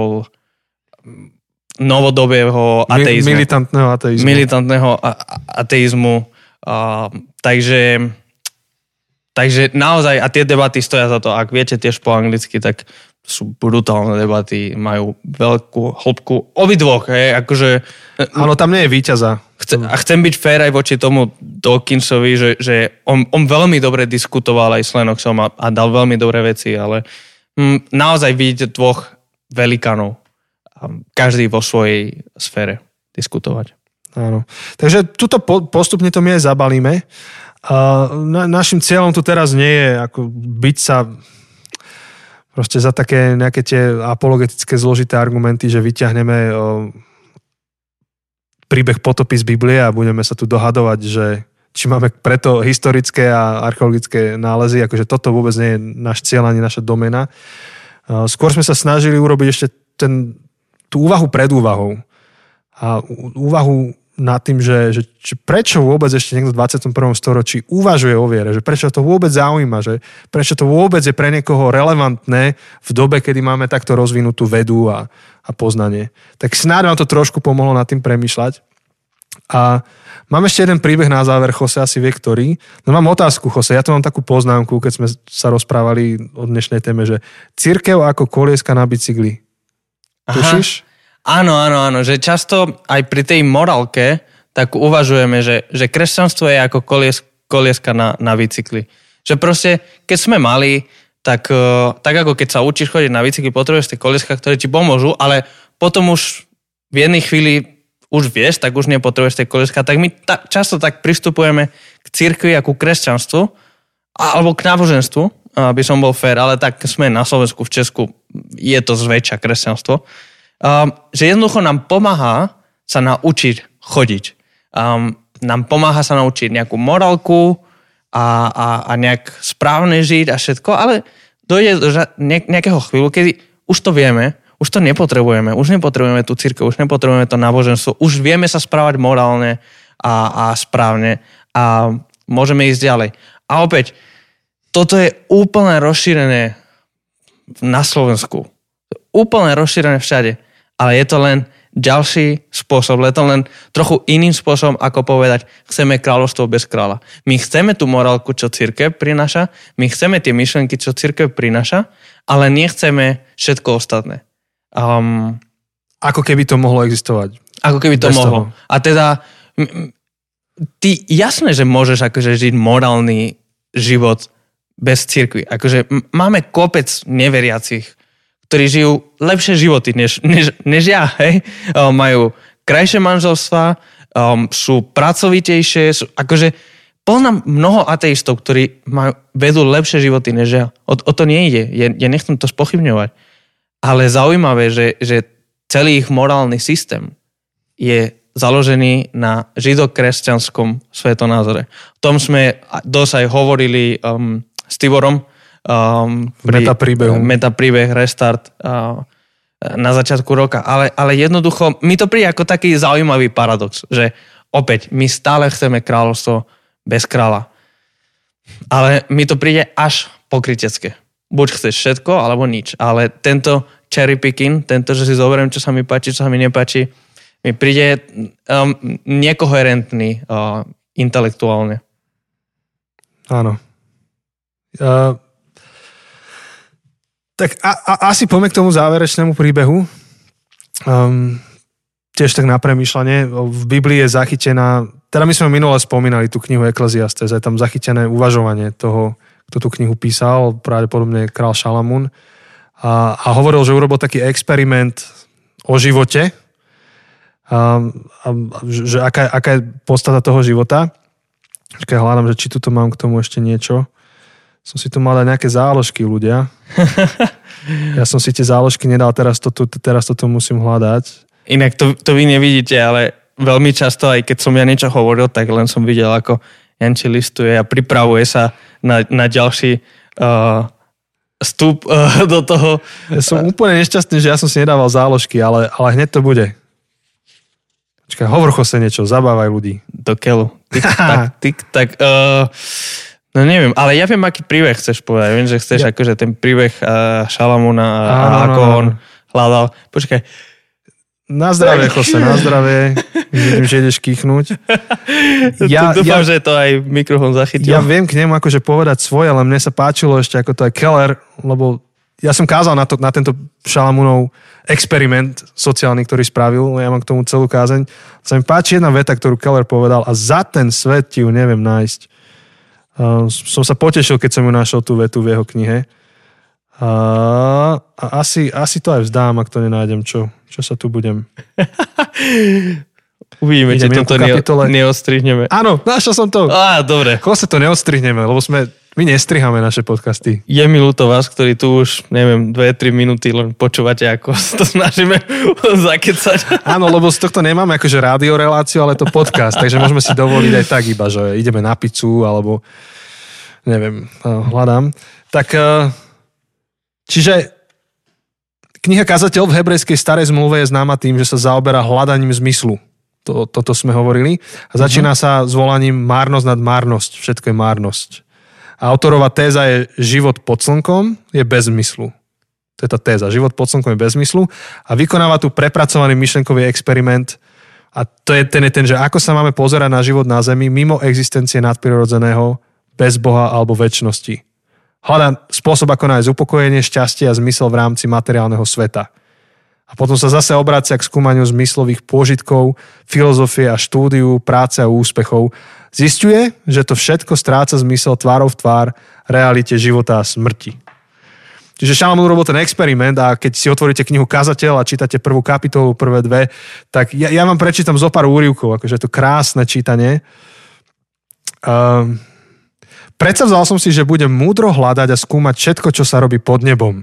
novodobého ateizmu. Militantného ateizmu. Militantného ateizmu. Uh, takže takže naozaj, a tie debaty stoja za to. Ak viete tiež po anglicky, tak sú brutálne debaty, majú veľkú hĺbku obidvoch, hej, akože... Áno, tam nie je víťaza. Chce, a chcem byť fér aj voči tomu Dawkinsovi, že, že on, on veľmi dobre diskutoval aj s Lennoxom a, a dal veľmi dobré veci, ale m, naozaj vidíte dvoch velikánov. Každý vo svojej sfére diskutovať. Áno. Takže tuto po, postupne to my aj zabalíme. Uh, na, našim cieľom tu teraz nie je ako byť sa proste za také nejaké tie apologetické zložité argumenty, že vyťahneme uh, príbeh potopy z Biblie a budeme sa tu dohadovať, že či máme preto historické a archeologické nálezy, akože toto vôbec nie je náš cieľ ani naša domena. Uh, skôr sme sa snažili urobiť ešte ten, tú úvahu pred úvahou a úvahu nad tým, že, že, že prečo vôbec ešte niekto v dvadsiatom prvom storočí uvažuje o viere, že prečo to vôbec zaujíma, že prečo to vôbec je pre niekoho relevantné v dobe, kedy máme takto rozvinutú vedu a, a poznanie. Tak snáď vám to trošku pomohlo nad tým premýšľať. A mám ešte jeden príbeh na záver, Jose asi vie, ktorý. No mám otázku, Jose, ja tu mám takú poznámku, keď sme sa rozprávali o dnešnej téme, že cirkev ako kolieska na bicykli. Tušíš? Áno, áno, áno, že často aj pri tej morálke tak uvažujeme, že, že kresťanstvo je ako kolies, kolieska na, na bicykli. Že proste, keď sme mali, tak, tak ako keď sa učíš chodiť na bicykli, potrebuješ tie kolieska, ktoré ti pomôžu, ale potom už v jednej chvíli už vieš, tak už nepotrebuješ tie kolieska. Tak my ta, často tak pristupujeme k cirkvi a ku kresťanstvu, alebo k náboženstvu, aby som bol fér, ale tak sme na Slovensku, v Česku, je to zväčša kresťanstvo, že jednoducho nám pomáha sa naučiť chodiť. Nám pomáha sa naučiť nejakú morálku a, a, a nejak správne žiť a všetko, ale dojde do nejakého chvíľu, kedy už to vieme, už to nepotrebujeme, už nepotrebujeme tú cirkev, už nepotrebujeme to náboženstvo, už vieme sa správať morálne a, a správne a môžeme ísť ďalej. A opäť, toto je úplne rozšírené na Slovensku. Úplne rozšírené všade. Ale je to len ďalší spôsob, je to len trochu iným spôsobom, ako povedať, chceme kráľovstvo bez kráľa. My chceme tú morálku, čo cirkev prináša, my chceme tie myšlenky, čo cirkev prináša, ale nechceme všetko ostatné. Um, ako keby to mohlo existovať. Ako keby to mohlo. Toho. A teda ty jasné, že môžeš akože žiť morálny život bez cirkvi. Akože máme kopec neveriacich, ktorí žijú lepšie životy, než, než, než ja. Hej? Um, majú krajšie manželstva, um, sú pracovitejšie, sú, akože poznám mnoho ateistov, ktorí majú, vedú lepšie životy než ja. O, o to nejde. Ja, ja nechcem to spochybňovať. Ale zaujímavé, že, že celý ich morálny systém je založený na židokresťanskom svetonázore. O tom sme dosť aj hovorili um, s Tiborom um, pri metapríbehu. Metapríbeh, Restart uh, na začiatku roka. Ale, ale jednoducho, mi to príde ako taký zaujímavý paradox, že opäť, my stále chceme kráľovstvo bez kráľa. Ale mi to príde až pokrytecké. Buď chceš všetko, alebo nič. Ale tento cherry picking, tento, že si zoberiem, čo sa mi páči, čo sa mi nepáči, mi príde um, nekoherentný uh, intelektuálne. Áno. Uh, tak a, a, asi poďme k tomu záverečnému príbehu. Um, tiež tak na premýšľanie. V Biblii je zachytená, teda my sme minule spomínali tú knihu Ekleziastes, je tam zachytené uvažovanie toho, kto tú knihu písal, pravdepodobne král Šalamún. A, a hovoril, že urobil taký experiment o živote, a, a, že aká, aká je podstata toho života. Keď hľadám, že či tu mám k tomu ešte niečo. Som si tu mal dať nejaké záložky, ľudia. Ja som si tie záložky nedal, teraz to, teraz toto musím hľadať. Inak to, to vy nevidíte, ale veľmi často, aj keď som ja niečo hovoril, tak len som videl, ako Janči listuje a pripravuje sa na, na ďalší uh, vstup uh, do toho. Ja som úplne nešťastný, že ja som si nedával záložky, ale, ale hneď to bude. Počkaj, hovor Jose niečo, zabávaj ľudí. Do keľu. Tik, tak, tik, tak. Uh, no neviem, ale ja viem, aký príbeh chceš povedať. Viem, že chceš ja. akože ten príbeh uh, Šalamúna a, a ako no, no. on hľadal. Počkaj. Na zdravie, Jose, na zdravie. Vidím, že ideš kýchnuť. Ja, Dúfam, ja, že to aj mikrofón zachytil. Ja viem k nemu akože povedať svoje, ale mne sa páčilo ešte, ako to aj Keller, lebo ja som kázal na, to, na tento Šalamúnov experiment sociálny, ktorý spravil, ja mám k tomu celú kázeň. Sa mi páči jedna veta, ktorú Keller povedal a za ten svet ti ju neviem nájsť. Uh, som sa potešil, keď som ju našiel tú vetu v jeho knihe. Uh, a asi, asi to aj vzdám, ak to nenájdem. Čo, čo sa tu budem? Uvidíme, či toto kapitole... neostrihneme. Áno, našiel som to. Á, dobre. Koho sa to neostrihneme, lebo sme, my nestriháme naše podcasty. Je mi ľúto vás, ktorí tu už, neviem, dve tri minúty len počúvate, ako to snažíme zakecať. Áno, lebo z tohto nemáme akože rádioreláciu, ale to podcast, takže môžeme si dovoliť aj tak iba, že ideme na pizzu, alebo neviem, hľadám. Tak, čiže kniha Kazateľ v hebrejskej starej zmluve je známa tým, že sa zaoberá hľadaním zmyslu. To, toto sme hovorili. A začína uh-huh. sa s volaním márnosť nad márnosť. Všetko je márnosť. A autorová téza je život pod slnkom je bez zmyslu. To je tá téza. Život pod slnkom je bez zmyslu. A vykonáva tu prepracovaný myšlenkový experiment. A to je ten, je ten, že ako sa máme pozerať na život na Zemi mimo existencie nadprirodzeného, bez Boha alebo večnosti. Hľadá spôsob, ako nájsť upokojenie, šťastie a zmysel v rámci materiálneho sveta. A potom sa zase obracia k skúmaniu zmyslových pôžitkov, filozofie a štúdiu, práce a úspechov. Zisťuje, že to všetko stráca zmysel tvárov v tvár realite života a smrti. Čiže Šalamún robil ten experiment a keď si otvoríte knihu Kazateľ a čítate prvú kapitolu, prvé dve, tak ja, ja vám prečítam zo pár úryvkov, akože je to krásne čítanie. Um, predsavzal som si, že budem múdro hľadať a skúmať všetko, čo sa robí pod nebom.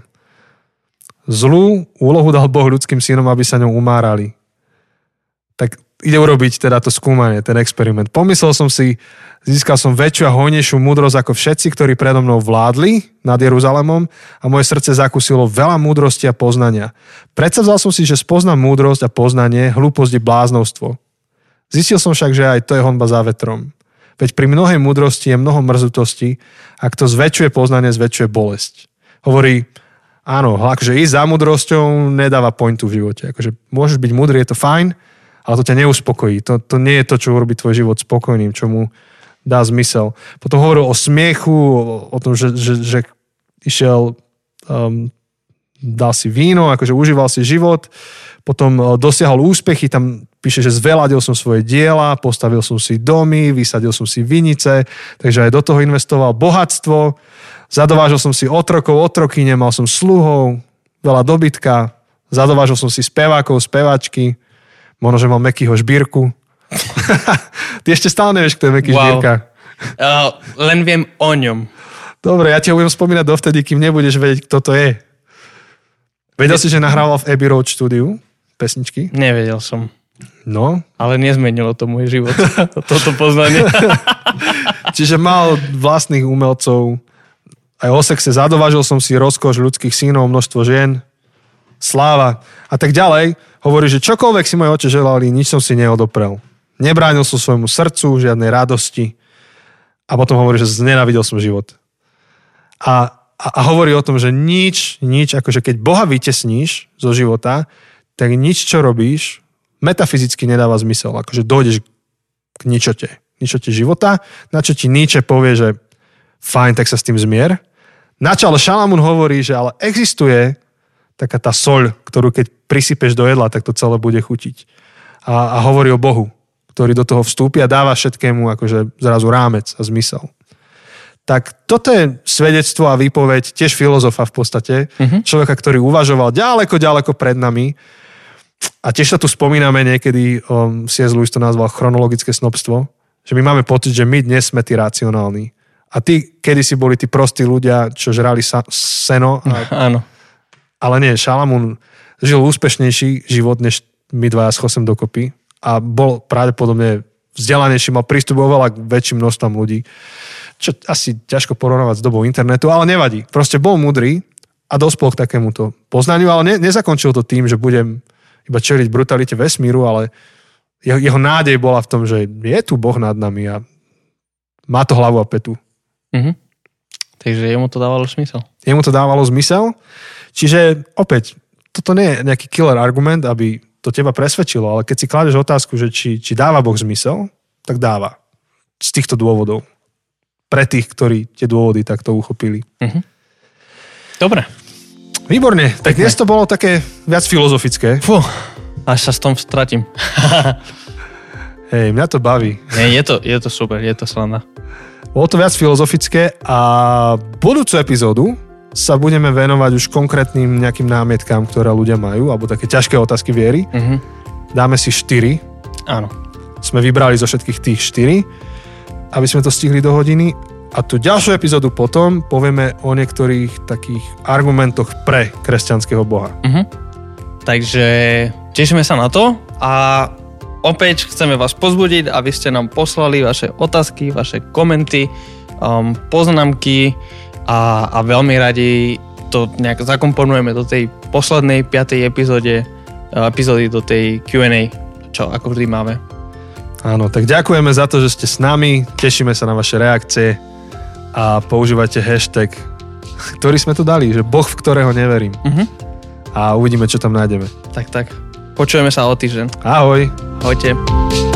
Zlú úlohu dal Boh ľudským synom, aby sa ňou umárali. Tak ide urobiť teda to skúmanie, ten experiment. Pomyslel som si, získal som väčšiu a hojnejšiu múdrosť ako všetci, ktorí predo mnou vládli nad Jeruzalémom a moje srdce zakúsilo veľa múdrosti a poznania. Predsavzal som si, že spoznám múdrosť a poznanie, hlúposť i bláznovstvo. Zistil som však, že aj to je honba za vetrom. Veď pri mnohej múdrosti je mnoho mrzutosti a kto zväčšuje poznanie, zväčšuje bolesť. Hovorí, áno, akože ísť za múdrosťou nedáva pointu v živote. Akože môžeš byť múdry, je to fajn, ale to ťa neuspokojí. To, to nie je to, čo urobí tvoj život spokojným, čo mu dá zmysel. Potom hovoril o smiechu, o, o tom, že, že, že išiel, um, dal si víno, akože užíval si život, potom uh, dosiahol úspechy, tam píše, že zveladil som svoje diela, postavil som si domy, vysadil som si vinice, takže aj do toho investoval bohatstvo, zadovážil som si otrokov, otrokyne, mal som sluhov, veľa dobytka, zadovážil som si spevákov, speváčky, možno, že mal Mekyho Žbírku. Ty ešte stále nevieš, kto je Meky wow. Žbírka. Uh, len viem o ňom. Dobre, ja ti ho budem spomínať dovtedy, kým nebudeš vedieť, kto to je. Vedel si, že nahrával v Abbey Road štúdiu pesničky? Nevedel som. No. Ale nezmenilo to môj život. Toto poznanie. Čiže mal vlastných umelcov. Aj o sexe zadovážil som si rozkoš ľudských synov, množstvo žien, sláva a tak ďalej. Hovorí, že čokoľvek si moje oče želali, nič som si neodoprel. Nebránil som svojmu srdcu, žiadnej radosti. A potom hovorí, že znenávidel som život. A, a, a hovorí o tom, že nič, nič, akože keď Boha vytesníš zo života, tak nič, čo robíš, metafyzicky nedáva zmysel. Akože dojdeš k ničote. Ničote života, na čo ti Nietzsche povie, že fajn, tak sa s tým zmier. Na čo ale Šalamún hovorí, že ale existuje taká tá soľ, ktorú keď prisypeš do jedla, tak to celé bude chutiť. A, a hovorí o Bohu, ktorý do toho vstúpi a dáva všetkému akože zrazu rámec a zmysel. Tak toto je svedectvo a výpoveď tiež filozofa v podstate, uh-huh. človeka, ktorý uvažoval ďaleko, ďaleko pred nami. A tiež sa tu spomíname niekedy, um, C S Lewis to nazval chronologické snobstvo, že my máme pocit, že my dnes sme tí racionálni. A tí kedysi boli tí prostí ľudia, čo žrali sa, seno. A, áno. Ale nie, Šalamún žil úspešnejší život, než my dvaja s Chosem dokopy a bol pravdepodobne vzdelanejší, mal prístup oveľa k väčším množstvom ľudí, čo asi ťažko porovnávať s dobou internetu, ale nevadí. Proste bol múdry a dospol k takémuto poznaniu, ale ne, nezakončil to tým, že budem iba čeliť brutalite vesmíru, ale jeho, jeho nádej bola v tom, že je tu Boh nad nami a má to hlavu a petu. Mhm. Takže jemu to dávalo zmysel. Jemu to dávalo zmysel. Čiže opäť, toto nie je nejaký killer argument, aby to teba presvedčilo, ale keď si kladeš otázku, že či, či dáva Boh zmysel, tak dáva. Z týchto dôvodov. Pre tých, ktorí tie dôvody takto uchopili. Uh-huh. Dobre. Výborne. Tak dnes to bolo také viac filozofické. Fú, až sa s tom stratím. Hej, mňa to baví. Nie, je to, je to super, je to sranda. Bolo to viac filozofické a budúcu epizódu sa budeme venovať už konkrétnym nejakým námietkám, ktoré ľudia majú, alebo také ťažké otázky viery. Uh-huh. Dáme si štyri. Áno. Sme vybrali zo všetkých tých štyri, aby sme to stihli do hodiny. A tú ďalšiu epizódu potom povieme o niektorých takých argumentoch pre kresťanského Boha. Uh-huh. Takže tešíme sa na to a opäť chceme vás pozbudiť, aby ste nám poslali vaše otázky, vaše komenty, um, poznámky a, a veľmi radi to nejak zakomponujeme do tej poslednej piatej epizóde, epizódy do tej Q and A, čo ako vždy máme. Áno, tak ďakujeme za to, že ste s nami, tešíme sa na vaše reakcie a používajte hashtag, ktorý sme tu dali, že Boh, v ktorého neverím. Uh-huh. A uvidíme, čo tam nájdeme. Tak, tak. Počujeme sa o týždeň. Ahoj. Ahojte.